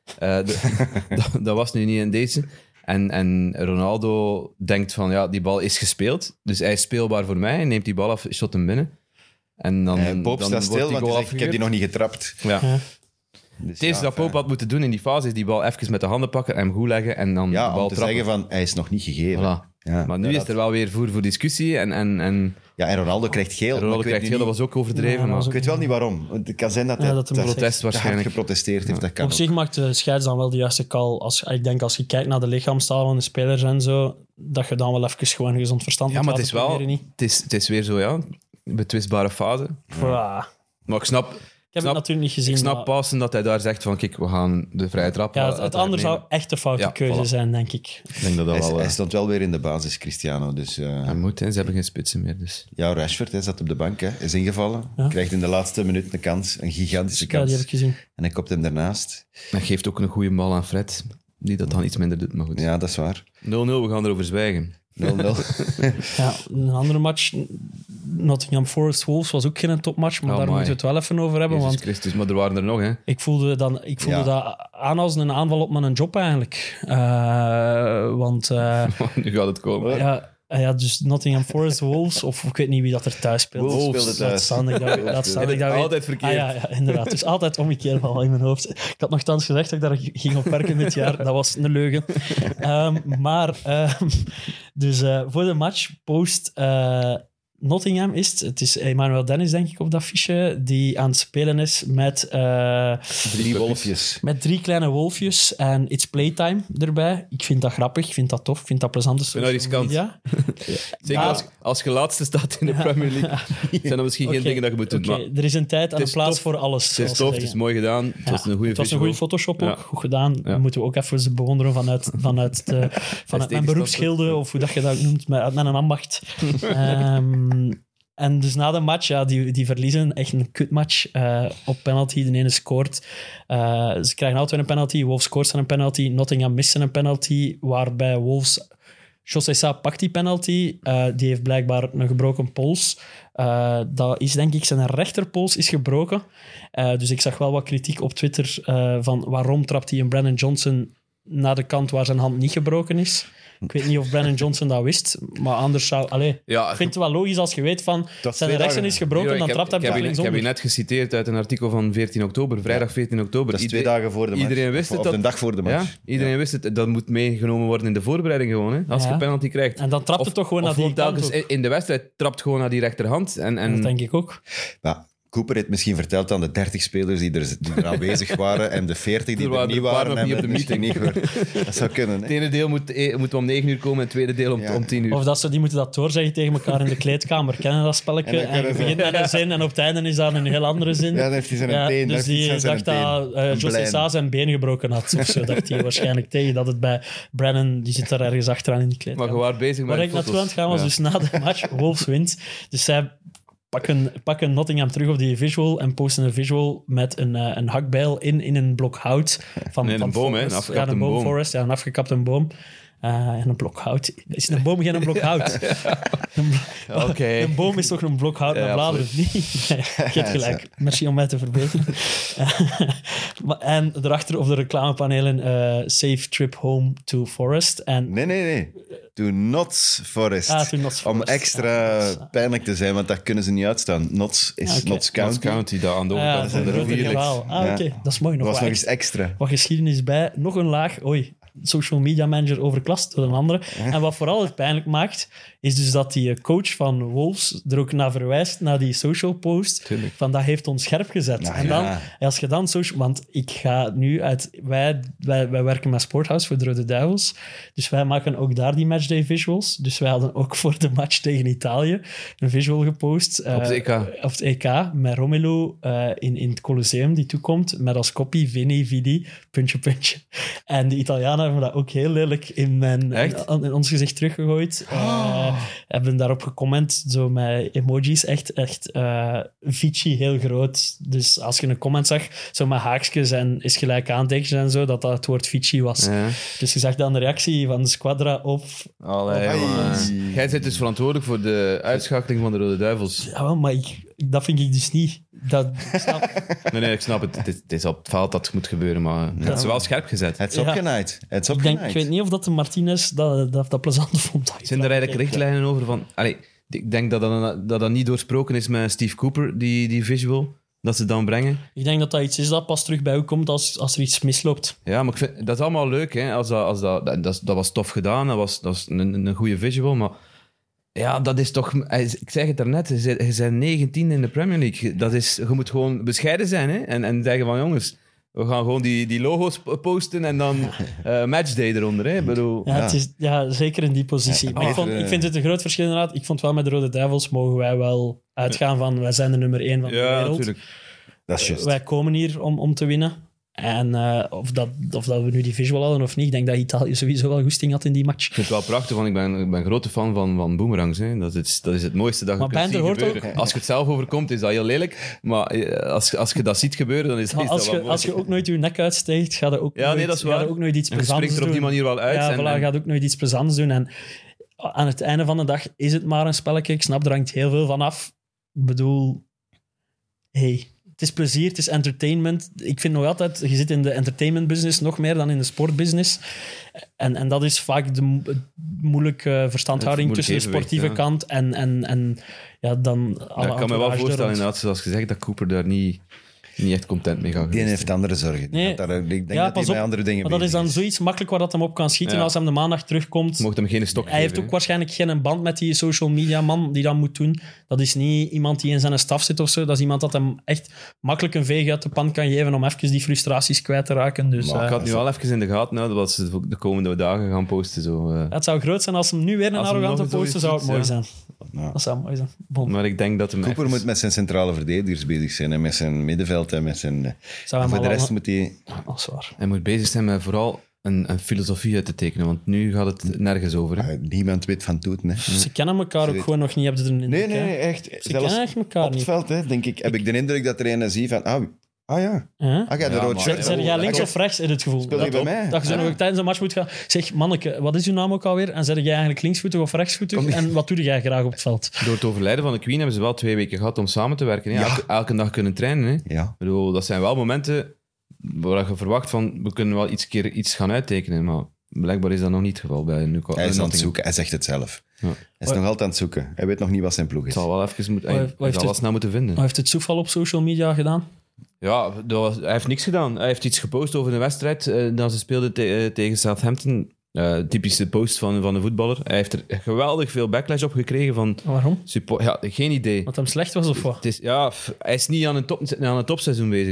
Speaker 3: Dat was nu niet in deze. En Ronaldo denkt van ja, die bal is gespeeld. Dus hij is speelbaar voor mij. Hij neemt die bal af, shot hem binnen. En dan,
Speaker 2: Pope
Speaker 3: dan
Speaker 2: staat
Speaker 3: wordt
Speaker 2: stil,
Speaker 3: die
Speaker 2: want
Speaker 3: goal
Speaker 2: hij zegt, ik heb die nog niet getrapt.
Speaker 3: Ja.
Speaker 4: Ja.
Speaker 2: Dus
Speaker 3: Het eerste dat
Speaker 2: fijn.
Speaker 3: Pope had moeten doen in die fase is die bal even met de handen pakken en hem goed leggen en dan
Speaker 2: Ja,
Speaker 3: de bal
Speaker 2: om te
Speaker 3: trappen.
Speaker 2: zeggen van, hij is nog niet gegeven.
Speaker 3: Voilà.
Speaker 2: Ja,
Speaker 3: Maar nu
Speaker 2: dat-
Speaker 3: is er wel weer voer voor discussie en
Speaker 2: Ja, en Ronaldo krijgt geel. maar
Speaker 3: Ronaldo
Speaker 2: ik weet
Speaker 3: krijgt
Speaker 2: nu
Speaker 3: heel, dat
Speaker 2: niet-
Speaker 3: was ook overdreven.
Speaker 4: Ja, dat
Speaker 3: maar
Speaker 4: was
Speaker 2: Ik weet wel niet waarom. Want het kan zijn dat
Speaker 4: Ja,
Speaker 2: hij
Speaker 4: dat hem
Speaker 2: te
Speaker 3: protest
Speaker 2: hard
Speaker 3: waarschijnlijk.
Speaker 2: geprotesteerd heeft. Dat kan
Speaker 4: Op
Speaker 2: ook.
Speaker 4: zich maakt de scheids dan wel de juiste call. Ik denk als je kijkt naar de lichaamstaal van de spelers en zo, dat je dan wel even gewoon gezond verstand
Speaker 3: Ja,
Speaker 4: moet
Speaker 3: maar het is
Speaker 4: laten
Speaker 3: wel...
Speaker 4: proberen, niet.
Speaker 3: Het is weer zo, ja. Een betwistbare fase.
Speaker 4: Voilà.
Speaker 3: Maar ik snap...
Speaker 4: Ik heb het natuurlijk niet gezien.
Speaker 3: Ik snap
Speaker 4: maar-
Speaker 3: Pasen dat hij daar zegt van kijk, we gaan de vrije trap
Speaker 4: Ja, het andere zou
Speaker 3: nemen.
Speaker 4: echt een foute
Speaker 3: Ja,
Speaker 4: keuze
Speaker 3: voilà.
Speaker 4: zijn, denk ik.
Speaker 3: Ik denk dat dat wel...
Speaker 2: Hij stond wel weer in de basis, Cristiano. Dus
Speaker 3: hij moet, hè. Ze hebben geen spitsen meer, dus...
Speaker 2: ja, Rashford hij zat op de bank, hè. Is ingevallen.
Speaker 4: Ja.
Speaker 2: Krijgt in de laatste minuut een kans, een gigantische
Speaker 4: Ja,
Speaker 2: kans.
Speaker 4: die heb ik gezien.
Speaker 2: En hij kopt hem daarnaast.
Speaker 3: Hij geeft ook een goede bal aan Fred, die dat dan iets minder doet, maar goed.
Speaker 2: Ja, dat is waar. 0-0.
Speaker 3: 0-0, we gaan erover zwijgen.
Speaker 4: Ja, een andere match, Nottingham Forest Wolves, was ook geen topmatch, maar
Speaker 3: Oh,
Speaker 4: daar
Speaker 3: my.
Speaker 4: moeten we het wel even over hebben.
Speaker 3: Jezus
Speaker 4: Want
Speaker 3: Christus, maar er waren er nog, hè.
Speaker 4: ik voelde
Speaker 2: Ja.
Speaker 4: dat aan als een aanval op mijn job eigenlijk. Want
Speaker 3: Nu gaat het komen.
Speaker 4: ja, dus Nottingham Forest Wolves, of ik weet niet wie dat er thuis speelt.
Speaker 2: Wolves speelde thuis.
Speaker 4: Dat staat ik daar weer.
Speaker 3: Altijd verkeerd.
Speaker 4: Ah, ja, inderdaad. Dus altijd omgekeerd al in mijn hoofd. Ik had nogthans gezegd dat ik daar ging op werken dit jaar. Dat was een leugen. Dus voor de match post Nottingham is het is Emmanuel Dennis, denk ik, op dat fiche, die aan het spelen is met
Speaker 2: 3 wolfjes.
Speaker 4: met 3 kleine wolfjes en It's Playtime erbij. Ik vind dat grappig, ik vind dat tof, ik vind dat plezant.
Speaker 3: vind dat riskant.
Speaker 4: Media.
Speaker 3: Zeker als je laatste staat in de Premier League, zijn dat misschien geen dingen dat je moet doen. Maar
Speaker 4: er is een tijd en een plaats
Speaker 3: tof.
Speaker 4: voor alles.
Speaker 3: het is
Speaker 4: zoals ze
Speaker 3: tof, het
Speaker 4: zeggen.
Speaker 3: is mooi gedaan. Het was een goede
Speaker 4: Het was een
Speaker 3: visual.
Speaker 4: goede Photoshop ook,
Speaker 3: Ja.
Speaker 4: goed gedaan.
Speaker 3: Ja.
Speaker 4: Dat moeten we ook even ze bewonderen vanuit mijn beroepsgilde, of hoe dat je dat ook noemt, met een ambacht. En dus na de match, ja, die verliezen. Echt een kutmatch op penalty. De ene scoort. Ze krijgen altijd een penalty. Wolves scoort een penalty. Nottingham mist een penalty. Waarbij Wolves... José Sa pakt die penalty. Die heeft blijkbaar een gebroken pols. Dat is, denk ik, zijn rechterpols is gebroken. Dus ik zag wel wat kritiek op Twitter van waarom trapt hij een Brandon Johnson naar de kant waar zijn hand niet gebroken is. Ik weet niet of Brandon Johnson dat wist, maar anders zou... Allee,
Speaker 3: Ja,
Speaker 4: ik vind het wel logisch als je weet van
Speaker 2: Dat
Speaker 4: zijn
Speaker 2: 2
Speaker 4: rechter
Speaker 2: dagen.
Speaker 4: is gebroken, dan trapt hij
Speaker 3: ik heb je
Speaker 4: linksonder.
Speaker 3: net geciteerd uit een artikel van 14 oktober, vrijdag 14 oktober.
Speaker 2: Dat is 2 dagen voor de match.
Speaker 3: Iedereen wist het.
Speaker 2: Of de dag voor de match.
Speaker 3: Ja, iedereen wist het. Dat moet meegenomen worden in de voorbereiding gewoon. Hè, als
Speaker 4: Ja.
Speaker 3: je penalty krijgt.
Speaker 4: En dan trapt het toch gewoon naar
Speaker 3: of
Speaker 4: die
Speaker 3: gewoon
Speaker 4: kant
Speaker 3: telkens
Speaker 4: ook.
Speaker 3: in de wedstrijd trapt gewoon naar die rechterhand. En
Speaker 4: Dat denk ik ook.
Speaker 2: Ja, Cooper heeft misschien verteld aan de 30 spelers die er aanwezig waren en de 40 die
Speaker 3: Er
Speaker 2: er
Speaker 3: waren
Speaker 2: niet
Speaker 3: er een paar
Speaker 2: waren.
Speaker 3: nog niet op de
Speaker 2: misschien niet gehoord. Dat zou kunnen.
Speaker 3: het
Speaker 2: Hè?
Speaker 3: ene deel moet om 9 uur komen en het tweede deel om 10 uur.
Speaker 4: Of dat ze die moeten dat doorzeggen tegen elkaar in de kleedkamer. Kennen dat spelletje?
Speaker 2: En dan
Speaker 4: En je
Speaker 2: kunnen ze-
Speaker 4: begint met een zin en op het einde is dat een heel andere zin.
Speaker 2: Ja, dan heeft hij zijn teen.
Speaker 4: dus die dacht dat José Sa zijn been gebroken had. Of zo dacht hij waarschijnlijk tegen. Dat het bij Brandon, die zit daar ergens achteraan in die
Speaker 3: Maar
Speaker 4: kleedkamer.
Speaker 3: je waren bezig met
Speaker 4: Waar ik naartoe aan het gaan was
Speaker 3: Ja.
Speaker 4: dus na de match, Wolves wint. Dus zij pakken Nottingham terug op die visual en posten een visual met een hakbijl in een blok hout.
Speaker 3: Nee, een
Speaker 4: van
Speaker 3: boom, hè,
Speaker 4: Forest.
Speaker 3: een afgekapte
Speaker 4: ja, een
Speaker 3: boom.
Speaker 4: Forest, ja, een afgekapte boom. En een blok hout. Is een boom geen blok hout?
Speaker 3: Oké.
Speaker 4: Een boom is toch een blok hout met
Speaker 3: Ja,
Speaker 4: bladeren? Nee, je hebt gelijk. Merci om mij te verbeteren. En erachter op de reclamepanelen safe trip home to Forest. En
Speaker 2: Nee. Do not Forest.
Speaker 4: Do not
Speaker 2: Om
Speaker 4: Forest.
Speaker 2: extra pijnlijk te zijn, want daar kunnen ze niet uitstaan. Notts is
Speaker 4: oké.
Speaker 2: Notts County.
Speaker 3: Notts County, daar aan de
Speaker 4: ja,
Speaker 3: overkant
Speaker 4: dat
Speaker 3: van
Speaker 4: is
Speaker 3: de
Speaker 4: een
Speaker 3: rivier
Speaker 4: groter
Speaker 3: ligt.
Speaker 4: verhaal.
Speaker 2: Ja.
Speaker 4: Oké, dat is mooi.
Speaker 2: Dat
Speaker 4: Nog
Speaker 2: was
Speaker 4: wat
Speaker 2: nog eens extra.
Speaker 4: wat geschiedenis bij. Nog een laag. Oei, social media manager overklast door een andere. En wat vooral het pijnlijk maakt, is dus dat die coach van Wolves er ook naar verwijst, naar die social post,
Speaker 3: Tuurlijk.
Speaker 4: van dat heeft ons scherp gezet.
Speaker 2: Nou,
Speaker 4: en dan,
Speaker 2: ja.
Speaker 4: als je dan social... Want ik ga nu uit... Wij werken met Sporthouse voor de Rode Duivels, dus wij maken ook daar die matchday visuals. Dus wij hadden ook voor de match tegen Italië een visual gepost.
Speaker 3: Op het EK.
Speaker 4: Op het EK, met Romelu in het Colosseum die toekomt, met als kopie Vini, Vidi, puntje, puntje. En de Italianen hebben dat ook heel lelijk in ons gezicht teruggegooid. Hebben daarop gecomment, zo met emojis, echt Vici heel groot. Dus als je een comment zag, zo met haakjes en is gelijk aantekens en zo, dat het woord Vici was.
Speaker 3: Ja.
Speaker 4: Dus je zag dan de reactie van de Squadra op...
Speaker 3: Allee,
Speaker 2: Ai.
Speaker 3: jongen. Jij bent dus verantwoordelijk voor de uitschakeling van de Rode Duivels.
Speaker 4: Ja, maar dat vind ik dus niet.
Speaker 3: Nee, ik snap het. Het is op het veld dat het moet gebeuren, maar het is wel scherp gezet.
Speaker 2: Het is
Speaker 4: Ja.
Speaker 2: opgenaaid. Het is
Speaker 4: Ik
Speaker 2: opgenaaid.
Speaker 4: weet niet of dat de Martinez dat plezant vond.
Speaker 3: Zijn er eigenlijk richtlijnen over van... Allee, ik denk dat niet doorsproken is met Steve Cooper, die visual, dat ze dan brengen.
Speaker 4: Ik denk dat dat iets is dat pas terug bij u komt als er iets misloopt.
Speaker 3: Ja, maar ik vind, dat is allemaal leuk. Hè, dat was tof gedaan, dat was een goede visual, maar ja, dat is toch... Ik zeg het daarnet, je bent 19 in de Premier League. Je moet gewoon bescheiden zijn, hè, en zeggen van jongens... We gaan gewoon die logo's posten en dan matchday eronder. Hè? Ik bedoel,
Speaker 4: Ja, Het is, zeker in die positie.
Speaker 2: Ja,
Speaker 4: maar ik vind het een groot verschil inderdaad. Ik vond wel met de Rode Duivels mogen wij wel uitgaan van wij zijn de nummer 1 van de
Speaker 3: ja,
Speaker 4: wereld.
Speaker 3: natuurlijk.
Speaker 2: Dat is juist.
Speaker 4: Wij komen hier om te winnen. En of dat we nu die visual hadden of niet, ik denk dat Italië sowieso wel goesting had in die match.
Speaker 3: Ik vind het wel prachtig, want ik ben grote fan van boomerangs. Hè. Dat is het mooiste dat je
Speaker 4: Maar
Speaker 3: kunt zien
Speaker 4: Bijnder hoort
Speaker 3: gebeuren. Als je het zelf overkomt, is dat heel lelijk. Maar als je dat ziet gebeuren, dan is
Speaker 4: Maar
Speaker 3: dat wel mooi.
Speaker 4: als je ook nooit je nek uitsteekt, ga je ook,
Speaker 3: Ja, nee, dat is waar.
Speaker 4: ook nooit iets
Speaker 3: En je
Speaker 4: plezants
Speaker 3: springt er op die
Speaker 4: doen.
Speaker 3: manier wel uit.
Speaker 4: Ja,
Speaker 3: en-
Speaker 4: voilà, je gaat ook nooit iets plezants doen. En aan het einde van de dag is het maar een spelletje. Ik snap, er hangt heel veel van af. Ik bedoel, het is plezier, het is entertainment. Ik vind nog altijd, je zit in de entertainment business nog meer dan in de sportbusiness. En dat is vaak de moeilijke verstandhouding
Speaker 3: Het
Speaker 4: tussen de
Speaker 3: moeilijk
Speaker 4: sportieve
Speaker 3: evenwicht,
Speaker 4: kant en ja, dan alle
Speaker 3: Ja, ik kan me wel
Speaker 4: entourage er
Speaker 3: voorstellen,
Speaker 4: rond.
Speaker 3: inderdaad, zoals gezegd, dat Cooper daar niet niet echt content mee gaat.
Speaker 2: Die heeft andere zorgen.
Speaker 4: Nee.
Speaker 2: Ik denk
Speaker 4: Ja,
Speaker 2: dat hij
Speaker 4: pas op.
Speaker 2: met andere dingen
Speaker 4: Maar dat is
Speaker 2: bezig
Speaker 4: dan zoiets makkelijk waar dat hem op kan schieten
Speaker 3: Ja.
Speaker 4: als hij de maandag terugkomt.
Speaker 3: Je mocht hem geen stok
Speaker 4: Hij heeft
Speaker 3: geven,
Speaker 4: ook waarschijnlijk geen band met die social media man die dat moet doen. Dat is niet iemand die in zijn staf zit of zo. Dat is iemand dat hem echt makkelijk een veeg uit de pan kan geven om even die frustraties kwijt te raken. Dus,
Speaker 3: Ik had nu wel even in de gaten houden wat ze de komende dagen gaan posten. Zo.
Speaker 4: het zou groot zijn als hem nu weer een
Speaker 3: Als hem
Speaker 4: arrogante
Speaker 3: nog
Speaker 4: poster zou het mooi
Speaker 3: zoiets
Speaker 4: zijn.
Speaker 2: Ja.
Speaker 4: Dat zou mooi zijn. Bon.
Speaker 3: Maar ik denk dat hem
Speaker 2: Cooper
Speaker 3: even-
Speaker 2: moet met zijn centrale verdedigers bezig zijn en met zijn middenveld en met zijn...
Speaker 4: Zou
Speaker 2: en
Speaker 4: hem
Speaker 2: voor de
Speaker 4: al-
Speaker 2: rest moet hij...
Speaker 4: Dat is waar.
Speaker 3: Hij moet bezig zijn met vooral een filosofie uit te tekenen, want nu gaat het nergens over. Hè.
Speaker 2: niemand weet van Toeten, hè.
Speaker 4: Ze kennen elkaar ook
Speaker 2: weet-
Speaker 4: gewoon nog niet, hebben ze er een
Speaker 2: Nee,
Speaker 4: indruk, hè?
Speaker 2: echt.
Speaker 4: Ze kennen echt elkaar
Speaker 2: op het
Speaker 4: niet.
Speaker 2: veld, hè, denk ik, heb ik de indruk dat er een zie van... ja.
Speaker 4: Huh?
Speaker 2: Ah, jij de
Speaker 3: Ja,
Speaker 2: rood
Speaker 3: maar-
Speaker 2: shirt.
Speaker 4: Zeg jij links
Speaker 2: Ah,
Speaker 4: of rechts in het gevoel?
Speaker 2: Speel je bij mij?
Speaker 4: Dat je zo nog tijdens een match moet gaan. Zeg, manneke, wat is uw naam ook alweer? En zeg jij eigenlijk linksvoetig of rechtsvoetig? En wat doe jij graag op het veld?
Speaker 3: Door het overlijden van de Queen hebben ze wel 2 weken gehad om samen te werken. Hè.
Speaker 2: Ja.
Speaker 3: Elke dag kunnen trainen. Hè.
Speaker 2: Ja.
Speaker 3: Ik bedoel, dat zijn wel momenten waar je verwacht van, we kunnen wel iets gaan uittekenen, maar blijkbaar is dat nog niet het geval bij Newcastle.
Speaker 2: Hij is aan het zoeken. Hij zegt het zelf.
Speaker 3: Ja.
Speaker 2: Hij is nog altijd aan het zoeken. Hij weet nog niet wat zijn ploeg is.
Speaker 3: Het zal wel even moeten,
Speaker 4: Wat
Speaker 3: hij
Speaker 4: heeft
Speaker 3: zal wel
Speaker 4: het-
Speaker 3: snel moeten vinden.
Speaker 4: Wat heeft het Soefal op social media gedaan?
Speaker 3: Ja, hij heeft niks gedaan. Hij heeft iets gepost over een wedstrijd dat ze speelden tegen Southampton. Typische post van de voetballer. Hij heeft er geweldig veel backlash op gekregen van
Speaker 4: Waarom?
Speaker 3: support. Ja, geen idee.
Speaker 4: Wat hem slecht was of wat?
Speaker 3: Het is, ja, hij is niet aan het topseizoen bezig.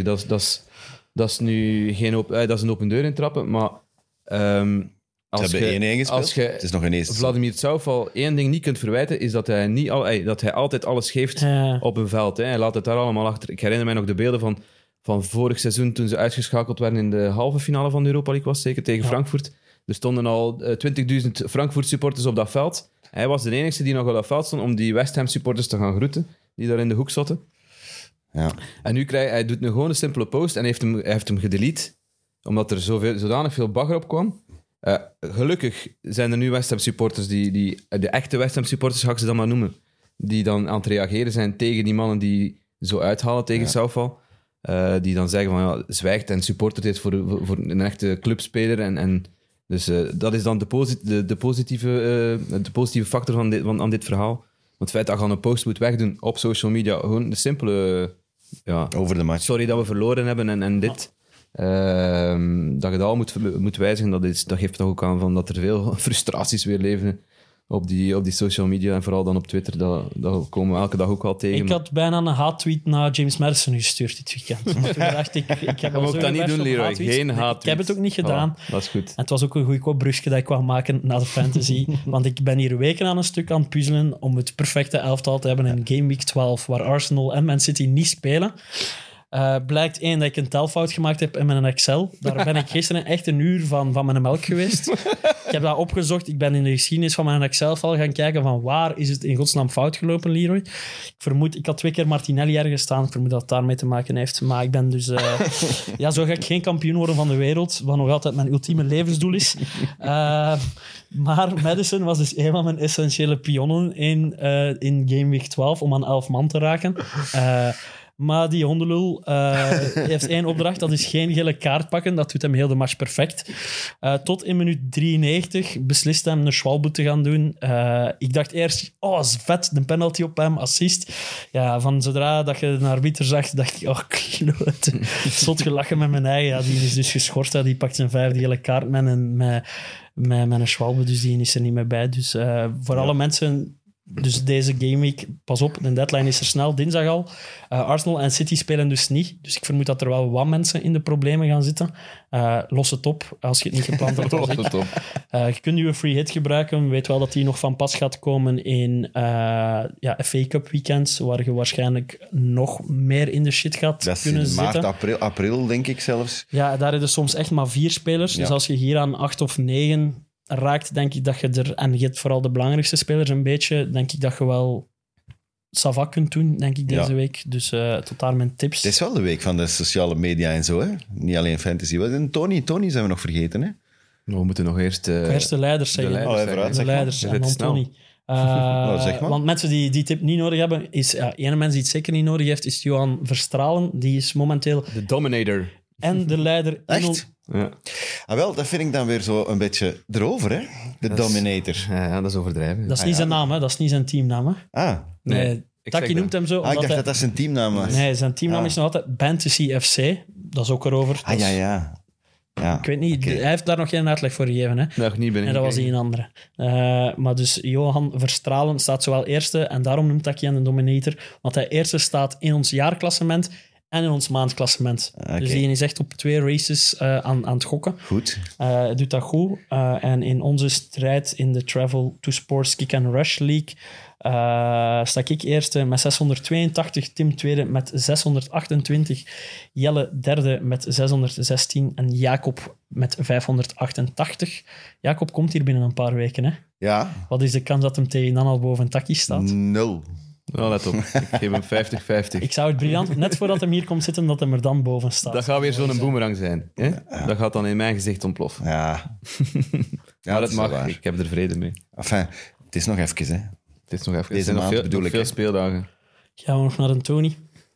Speaker 3: Dat is nu dat is een open deur intrappen. Maar
Speaker 2: Ze
Speaker 3: als
Speaker 2: hebben 1-1
Speaker 3: je,
Speaker 2: gespeeld.
Speaker 3: als je
Speaker 2: Het is nog ineens...
Speaker 3: Vladimir Zoufal één ding niet kunt verwijten, is dat hij altijd alles geeft op een veld. Hè. Hij laat het daar allemaal achter. Ik herinner mij nog de beelden van vorig seizoen toen ze uitgeschakeld werden in de halve finale van de Europa League, was zeker tegen Frankfurt. Er stonden al 20.000 Frankfurt-supporters op dat veld. Hij was de enige die nog op dat veld stond om die West Ham-supporters te gaan groeten, die daar in de hoek zaten.
Speaker 2: Ja.
Speaker 3: En nu hij doet nu gewoon een simpele post en hij heeft hem gedelete, omdat er zodanig veel bagger op kwam. Gelukkig zijn er nu West Ham supporters, de echte West Ham supporters, ga ik ze dan maar noemen, die dan aan het reageren zijn tegen die mannen die zo uithalen tegen Soufal. Die dan zeggen van ja, zwijgt en supportert dit voor een echte clubspeler. En dus dat is dan de positieve factor aan dit verhaal. Want het feit dat je een post moet wegdoen op social media, gewoon de simpele...
Speaker 2: Over de match.
Speaker 3: Sorry dat we verloren hebben en dit. Dat je dat al moet wijzigen, dat geeft toch ook aan van dat er veel frustraties weer leven op die social media en vooral dan op Twitter. Dat komen we elke dag ook wel tegen.
Speaker 4: Ik had bijna een haattweet naar James Madison gestuurd dit weekend. Maar toen dacht ik heb
Speaker 3: Je
Speaker 4: al
Speaker 3: mocht
Speaker 4: zo
Speaker 3: dat niet
Speaker 4: gewerkt
Speaker 3: doen,
Speaker 4: op
Speaker 3: Leroy.
Speaker 4: haattweets.
Speaker 3: Geen
Speaker 4: Nee,
Speaker 3: haattweets.
Speaker 4: Ik heb het ook niet gedaan.
Speaker 3: Voilà, dat is goed.
Speaker 4: En het was ook een goedkoop brugje dat ik wou maken naar de fantasy. Want ik ben hier weken aan een stuk aan het puzzelen om het perfecte elftal te hebben in Game Week 12, waar Arsenal en Man City niet spelen. Blijkt één dat ik een telfout gemaakt heb in mijn Excel. Daar ben ik gisteren echt een uur van mijn melk geweest. Ik heb dat opgezocht. Ik ben in de geschiedenis van mijn Excel-file gaan kijken van waar is het in godsnaam fout gelopen, Leroy. Ik had 2 keer Martinelli ergens staan. Ik vermoed dat het daarmee te maken heeft. Maar ik ben dus... zo ga ik geen kampioen worden van de wereld, wat nog altijd mijn ultieme levensdoel is. Maar Madison was dus een van mijn essentiële pionnen in Game Week 12 om aan 11 man te raken. Maar die hondenlul heeft 1 opdracht, dat is geen gele kaart pakken. Dat doet hem heel de match perfect. Tot in minuut 93 beslist hem een Schwalbe te gaan doen. Ik dacht eerst, is vet, de penalty op hem, assist. Ja, van zodra dat je de arbiter zag, dacht ik, klote. Zot gelachen met mijn eigen. Ja, die is dus geschorst. Die pakt zijn 5e gele kaart met een Schwalbe, dus die is er niet meer bij. Dus voor alle mensen... Dus deze gameweek, pas op, de deadline is er snel, dinsdag al. Arsenal en City spelen dus niet. Dus ik vermoed dat er wel wat mensen in de problemen gaan zitten. Los het op, als je het niet gepland hebt. Als ik. Je kunt je free hit gebruiken. Weet wel dat die nog van pas gaat komen in FA Cup weekends, waar je waarschijnlijk nog meer in de shit gaat
Speaker 2: Dat is
Speaker 4: kunnen
Speaker 2: in maart,
Speaker 4: zitten.
Speaker 2: april, denk ik zelfs.
Speaker 4: Ja, daar hebben soms echt maar 4 spelers.
Speaker 2: Ja.
Speaker 4: Dus als je hier aan 8 of 9... raakt, denk ik dat je er... En je hebt vooral de belangrijkste spelers een beetje... Denk ik dat je wel Sava kunt doen, denk ik, deze week. Dus tot daar mijn tips.
Speaker 2: Het is wel de week van de sociale media en zo, hè. Niet alleen fantasy. En Tony zijn we nog vergeten, hè.
Speaker 3: We moeten nog eerst...
Speaker 4: Eerst de leiders zeggen.
Speaker 3: de leiders
Speaker 2: vooruit,
Speaker 4: De
Speaker 2: zeg maar.
Speaker 4: leiders
Speaker 3: Je
Speaker 4: en
Speaker 3: zit
Speaker 4: dan
Speaker 3: snel.
Speaker 4: Tony.
Speaker 2: zeg maar.
Speaker 4: Want mensen die tip niet nodig hebben, is... ene mens die het zeker niet nodig heeft, is Johan Verstralen. Die is momenteel...
Speaker 3: De Dominator.
Speaker 4: En de leider...
Speaker 2: Echt?
Speaker 3: Ja.
Speaker 2: Wel, dat vind ik dan weer zo een beetje erover, hè. De Dominator.
Speaker 3: Ja, dat is overdrijven.
Speaker 4: Dat is niet zijn naam, hè. Dat is niet zijn teamnaam, hè.
Speaker 2: Ah,
Speaker 3: Nee.
Speaker 4: Taki noemt hem zo.
Speaker 2: Ik dacht
Speaker 4: hij...
Speaker 2: dat zijn teamnaam was.
Speaker 4: Nee, zijn teamnaam is nog altijd Fantasy FC. Dat is ook erover.
Speaker 2: Ja.
Speaker 4: Ik weet niet,
Speaker 2: Okay.
Speaker 4: hij heeft daar nog geen uitleg voor gegeven. Hè?
Speaker 3: Nog niet binnen.
Speaker 4: En dat was die een andere. Maar dus Johan Verstralen staat zowel eerste, en daarom noemt Taki aan de dominator, want hij eerste staat in ons jaarklassement en in ons maandklassement.
Speaker 2: Okay.
Speaker 4: Dus die is echt op 2 races aan het gokken.
Speaker 2: Goed.
Speaker 4: Hij doet dat goed. En in onze strijd in de Travel to Sports Kick and Rush League sta ik eerste met 682, Tim tweede met 628, Jelle derde met 616 en Jacob met 588. Jacob komt hier binnen een paar weken. Hè?
Speaker 2: Ja.
Speaker 4: Wat is de kans dat hem tegen dan al boven Taki staat?
Speaker 2: 0.
Speaker 3: Nou, let op. Ik geef hem 50-50.
Speaker 4: Ik zou het briljant, net voordat hij hier komt zitten, dat hij er dan boven staat.
Speaker 3: Dat gaat weer zo'n boemerang zijn. Hè? Dat gaat dan in mijn gezicht ontploffen.
Speaker 2: Ja.
Speaker 3: Maar dat
Speaker 2: is
Speaker 3: mag.
Speaker 2: waar.
Speaker 3: Ik heb er vrede mee.
Speaker 2: Enfin, het is nog even, hè.
Speaker 3: Het is nog even.
Speaker 2: Deze
Speaker 3: Er zijn nog
Speaker 2: maand
Speaker 3: veel,
Speaker 2: bedoel
Speaker 3: nog
Speaker 2: ik,
Speaker 3: veel
Speaker 2: hè.
Speaker 3: speeldagen.
Speaker 4: Gaan we nog naar een Tony?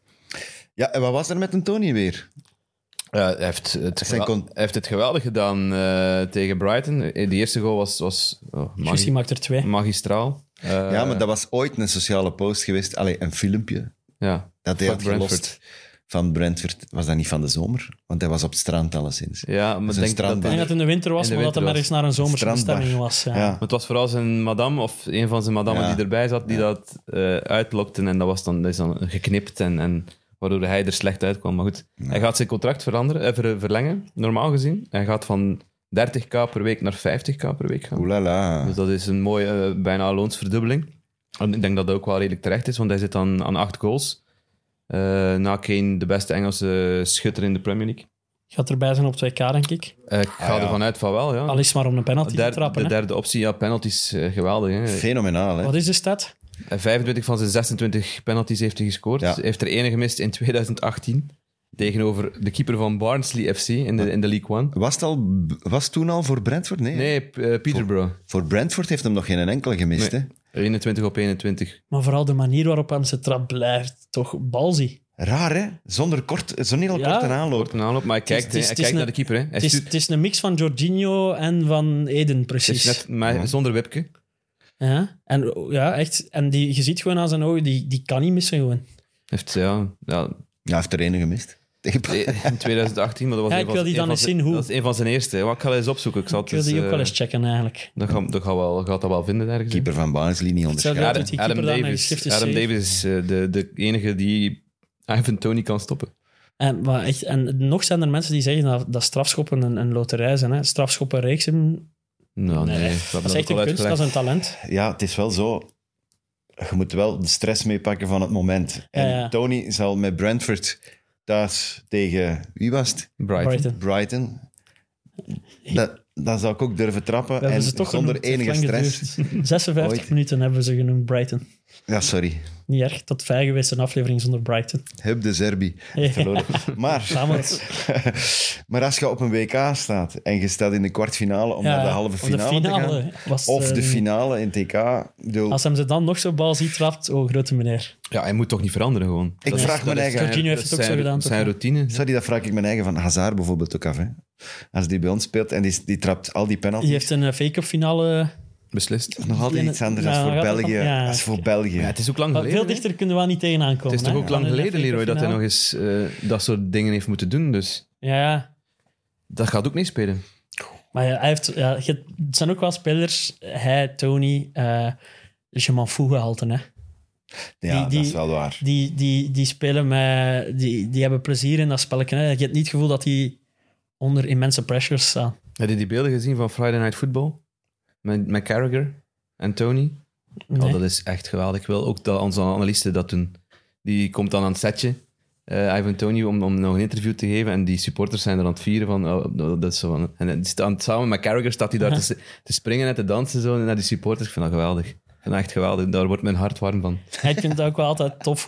Speaker 2: Ja, en wat was er met een Tony weer?
Speaker 3: Hij heeft het geweldig gedaan tegen Brighton. De eerste goal was
Speaker 4: Jussie maakt er 2.
Speaker 3: magistraal.
Speaker 2: Ja, maar dat was ooit een sociale post geweest. Allee, een filmpje
Speaker 3: Ja,
Speaker 2: dat hij
Speaker 3: van
Speaker 2: had gelost
Speaker 3: Brentford.
Speaker 2: van Brentford. Was dat niet van de zomer? Want hij was op het strand alleszins.
Speaker 3: Ja, maar
Speaker 2: Dat is
Speaker 3: ik
Speaker 2: een
Speaker 3: denk dat
Speaker 4: Ik denk dat het in de winter was,
Speaker 3: In de
Speaker 4: maar dat hij
Speaker 3: winter
Speaker 4: ergens naar een zomerse
Speaker 2: Strandbar.
Speaker 4: bestemming was. Ja.
Speaker 2: Ja.
Speaker 3: het was vooral zijn madame, of een van zijn madammen
Speaker 2: Ja.
Speaker 3: die erbij zat, die dat uitlokten. En dat is dan geknipt en waardoor hij er slecht uitkwam. Maar goed, hij gaat zijn contract verlengen, normaal gezien. Hij gaat van 30k per week naar 50k per week gaan.
Speaker 2: Oelala.
Speaker 3: Dus dat is een mooie, bijna loonsverdubbeling. En ik denk dat dat ook wel redelijk terecht is, want hij zit aan 8 goals. Na Kane de beste Engelse schutter in de Premier League.
Speaker 4: Gaat erbij zijn op 2K, denk ik.
Speaker 3: Ik ga ervan uit van wel, ja.
Speaker 4: Al is maar om een penalty te trappen.
Speaker 3: De
Speaker 4: Hè.
Speaker 3: derde optie, ja, penalties, geweldig. Hè.
Speaker 2: Fenomenaal, hè.
Speaker 4: Wat is de stat?
Speaker 3: 25 van zijn 26 penalties heeft hij gescoord.
Speaker 2: Ja.
Speaker 3: Hij heeft er ene gemist in 2018 tegenover de keeper van Barnsley FC in de League One.
Speaker 2: Was het toen al voor Brentford? Nee.
Speaker 3: Nee, Peterborough.
Speaker 2: Voor Brentford heeft hem nog geen enkele gemist,
Speaker 3: Nee.
Speaker 2: hè.
Speaker 3: 21 op 21.
Speaker 4: Maar vooral de manier waarop hem zijn trap blijft toch balzie.
Speaker 2: Raar, hè? Zo'n heel
Speaker 4: Ja.
Speaker 2: korte aanloop.
Speaker 3: Wordt een aanloop, maar hij kijkt,
Speaker 4: het is
Speaker 3: hij kijkt
Speaker 4: een-
Speaker 3: naar de keeper. Hè. Hij
Speaker 4: Het is,
Speaker 3: stuurt-
Speaker 4: het is een mix van Jorginho en van Eden,
Speaker 3: het
Speaker 4: precies.
Speaker 3: is net maar zonder wipke.
Speaker 4: Ja, en, ja, echt. En je ziet gewoon aan zijn ogen, die kan niet missen gewoon.
Speaker 3: Heeft, ja,
Speaker 2: Ja, hij heeft er ene gemist. Tegen-
Speaker 3: in 2018, maar dat was
Speaker 4: Ja,
Speaker 3: een
Speaker 4: ik
Speaker 3: van-
Speaker 4: wil die
Speaker 3: een
Speaker 4: dan
Speaker 3: van
Speaker 4: eens
Speaker 3: zijn-
Speaker 4: zien hoe.
Speaker 3: Dat is een van zijn eerste. Wat ik ga eens opzoeken. Ik zal
Speaker 4: Ik wil die ook wel eens checken, eigenlijk.
Speaker 3: Dat gaat dat wel vinden ergens. hè.
Speaker 2: Keeper van Barnsley niet onderscheiden.
Speaker 4: Hetzelfde doet die
Speaker 3: Adam
Speaker 4: keeper dan en
Speaker 3: Davis.
Speaker 4: geeft een
Speaker 3: Adam
Speaker 4: save.
Speaker 3: Davis is de enige die Ivan Toney kan stoppen.
Speaker 4: En nog zijn er mensen die zeggen dat strafschoppen een loterij zijn. Hè. Strafschoppenreeks hebben...
Speaker 3: Nou, nee, we
Speaker 4: dat
Speaker 3: hebben
Speaker 4: is
Speaker 3: dat
Speaker 4: echt
Speaker 3: ook al
Speaker 4: een kunst, dat is
Speaker 3: uitgelegd.
Speaker 4: een talent.
Speaker 2: Ja, het is wel zo. Je moet wel de stress meepakken van het moment. En
Speaker 4: Ja.
Speaker 2: Tony zal met Brentford thuis tegen... Wie was het?
Speaker 3: Brighton.
Speaker 2: Brighton. Dat zou ik ook durven trappen.
Speaker 4: We hebben
Speaker 2: En
Speaker 4: ze toch
Speaker 2: zonder
Speaker 4: genoemd, het
Speaker 2: enige
Speaker 4: heeft lang
Speaker 2: stress.
Speaker 4: geduurd. 56
Speaker 2: Ooit.
Speaker 4: minuten hebben ze genoemd, Brighton.
Speaker 2: Ja, sorry.
Speaker 4: Niet erg, tot 5 geweest een aflevering zonder Brighton.
Speaker 2: Heb de Zerbi.
Speaker 4: Ja.
Speaker 2: Verloren. Maar,
Speaker 4: Samen.
Speaker 2: maar als je op een WK staat en je staat in de kwartfinale om naar de halve finale, te gaan...
Speaker 4: was,
Speaker 2: Of de finale in TK. Ik bedoel,
Speaker 4: Als hem ze dan nog zo bal ziet trapt, oh, grote meneer.
Speaker 3: Ja, hij moet toch niet veranderen gewoon.
Speaker 2: Ik vraag mijn eigen...
Speaker 4: Jorginho heeft het ook zo gedaan, toch,
Speaker 3: Zijn
Speaker 4: hè?
Speaker 3: routine.
Speaker 2: Sorry, dat vraag ik mijn eigen van Hazard bijvoorbeeld ook af. Hè. Als die bij ons speelt en die trapt al die penalties.
Speaker 4: Die heeft een fake-up finale...
Speaker 3: Beslist.
Speaker 2: Nog altijd iets anders dan voor
Speaker 4: gaat het
Speaker 2: België.
Speaker 4: dan? Ja,
Speaker 2: als voor
Speaker 4: oké.
Speaker 2: België.
Speaker 3: Ja, het is ook lang
Speaker 4: Maar
Speaker 3: geleden.
Speaker 4: veel
Speaker 3: hè.
Speaker 4: dichter kunnen we wel niet tegenaan komen.
Speaker 3: Het is toch
Speaker 4: hè,
Speaker 3: ook lang
Speaker 4: aan een
Speaker 3: geleden, Leroy, dat hij
Speaker 4: fake-up
Speaker 3: nog eens dat soort dingen heeft moeten doen. Dus
Speaker 4: finale. Ja,
Speaker 3: dat gaat ook niet spelen.
Speaker 4: maar ja, hij heeft, ja, het zijn ook wel spelers, hij, Tony, je m'en fout gehalte, hè.
Speaker 2: Ja,
Speaker 4: die-
Speaker 2: dat is wel waar.
Speaker 4: Die spelen met... Die hebben plezier in dat spelletje. Hè. Je hebt niet het gevoel dat die onder immense pressures staan.
Speaker 3: Heb je die beelden gezien van Friday Night Football? Met Carragher en Tony?
Speaker 4: Nee.
Speaker 3: Oh, dat is echt geweldig. Ik wil ook dat onze analisten dat doen. Die komt dan aan het setje, Ivan Toney, om nog een interview te geven. En die supporters zijn er aan het vieren van... Oh, dat is zo van en die staan samen met Carragher staat hij daar te springen en te dansen zo, naar die supporters. Ik vind dat geweldig. Ik vind dat echt geweldig. Daar wordt mijn hart warm van.
Speaker 4: Ja, ik vind het ook wel altijd tof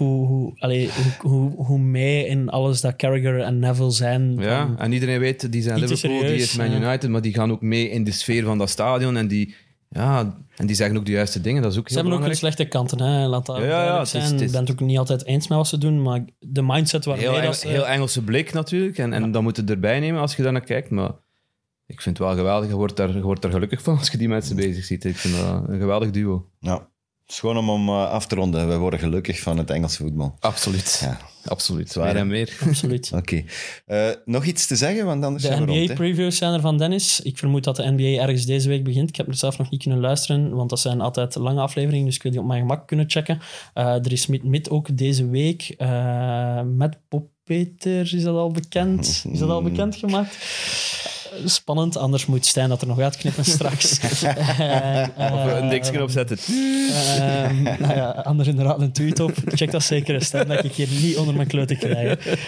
Speaker 4: hoe mee in alles dat Carragher en Neville zijn.
Speaker 3: Ja,
Speaker 4: Van-
Speaker 3: en iedereen weet, die zijn
Speaker 4: Niet te
Speaker 3: Liverpool, die
Speaker 4: serieus,
Speaker 3: is Man
Speaker 4: ja.
Speaker 3: United, maar die gaan ook mee in de sfeer van dat stadion. En die zeggen ook de juiste dingen. Dat is ook
Speaker 4: Ze
Speaker 3: heel
Speaker 4: hebben ook hun
Speaker 3: belangrijk.
Speaker 4: slechte kanten, hè. Laat dat
Speaker 3: Ja,
Speaker 4: duidelijk
Speaker 3: het is-
Speaker 4: zijn.
Speaker 3: het is-
Speaker 4: Ik ben het ook niet altijd eens met wat ze doen, maar de mindset waarmee dat ze...
Speaker 3: Heel Engelse blik natuurlijk. En dat moet je erbij nemen als je daar naar kijkt. Maar ik vind het wel geweldig. Je wordt daar gelukkig van als je die mensen bezig ziet. Ik vind dat een geweldig duo.
Speaker 2: Ja. is gewoon om af te ronden. We worden gelukkig van het Engelse voetbal.
Speaker 3: Absoluut.
Speaker 2: Ja.
Speaker 3: Absoluut.
Speaker 2: Zwaar,
Speaker 3: Meer
Speaker 2: hè?
Speaker 3: en meer.
Speaker 4: Absoluut.
Speaker 2: Oké. Nog iets te zeggen, want anders
Speaker 4: De
Speaker 2: zijn we rond. Hè?
Speaker 4: NBA-previews zijn er van Dennis. Ik vermoed dat de NBA ergens deze week begint. Ik heb er zelf nog niet kunnen luisteren, want dat zijn altijd lange afleveringen, dus ik wil die op mijn gemak kunnen checken. Er is mid ook deze week met Bob Peter. Is dat al bekend? Is dat al bekendgemaakt? Spannend, anders moet Stijn dat er nog uitknippen straks.
Speaker 3: Of een dingetje opzetten.
Speaker 4: Nou ja, anders inderdaad een tweet op. Check dat zeker eens, Stijn, dat ik hier niet onder mijn kloten krijg.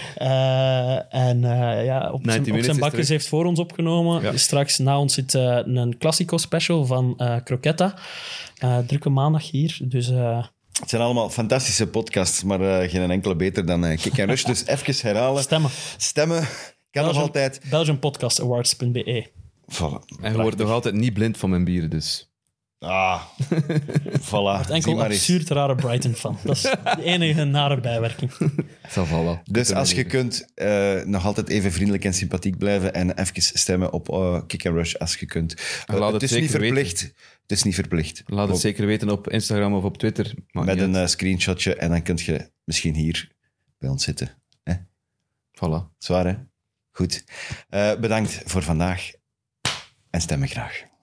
Speaker 4: Op zijn bakkers heeft voor ons opgenomen. Ja. Straks na ons zit een Classico special van Croquetta. Drukke maandag hier, dus...
Speaker 2: Het zijn allemaal fantastische podcasts, maar geen enkele beter dan Kick and Rush. Dus even herhalen. Stemmen kan nog altijd.
Speaker 4: BelgianPodcastAwards.be.
Speaker 2: Voilà.
Speaker 3: En je wordt nog altijd niet blind van mijn bieren, dus...
Speaker 2: Voilà.
Speaker 4: Het enkel absurd rare Brighton van. Dat is de enige nare bijwerking.
Speaker 3: Voilà.
Speaker 2: Dus als je kunt nog altijd even vriendelijk en sympathiek blijven en even stemmen op Kick and Rush als je kunt. Het is niet verplicht. Het is niet verplicht.
Speaker 3: Laat het zeker weten op Instagram of op Twitter.
Speaker 2: Met een screenshotje en dan kun je misschien hier bij ons zitten.
Speaker 3: Voilà.
Speaker 2: Zwaar, hè? Goed. Bedankt voor vandaag en stemmen graag.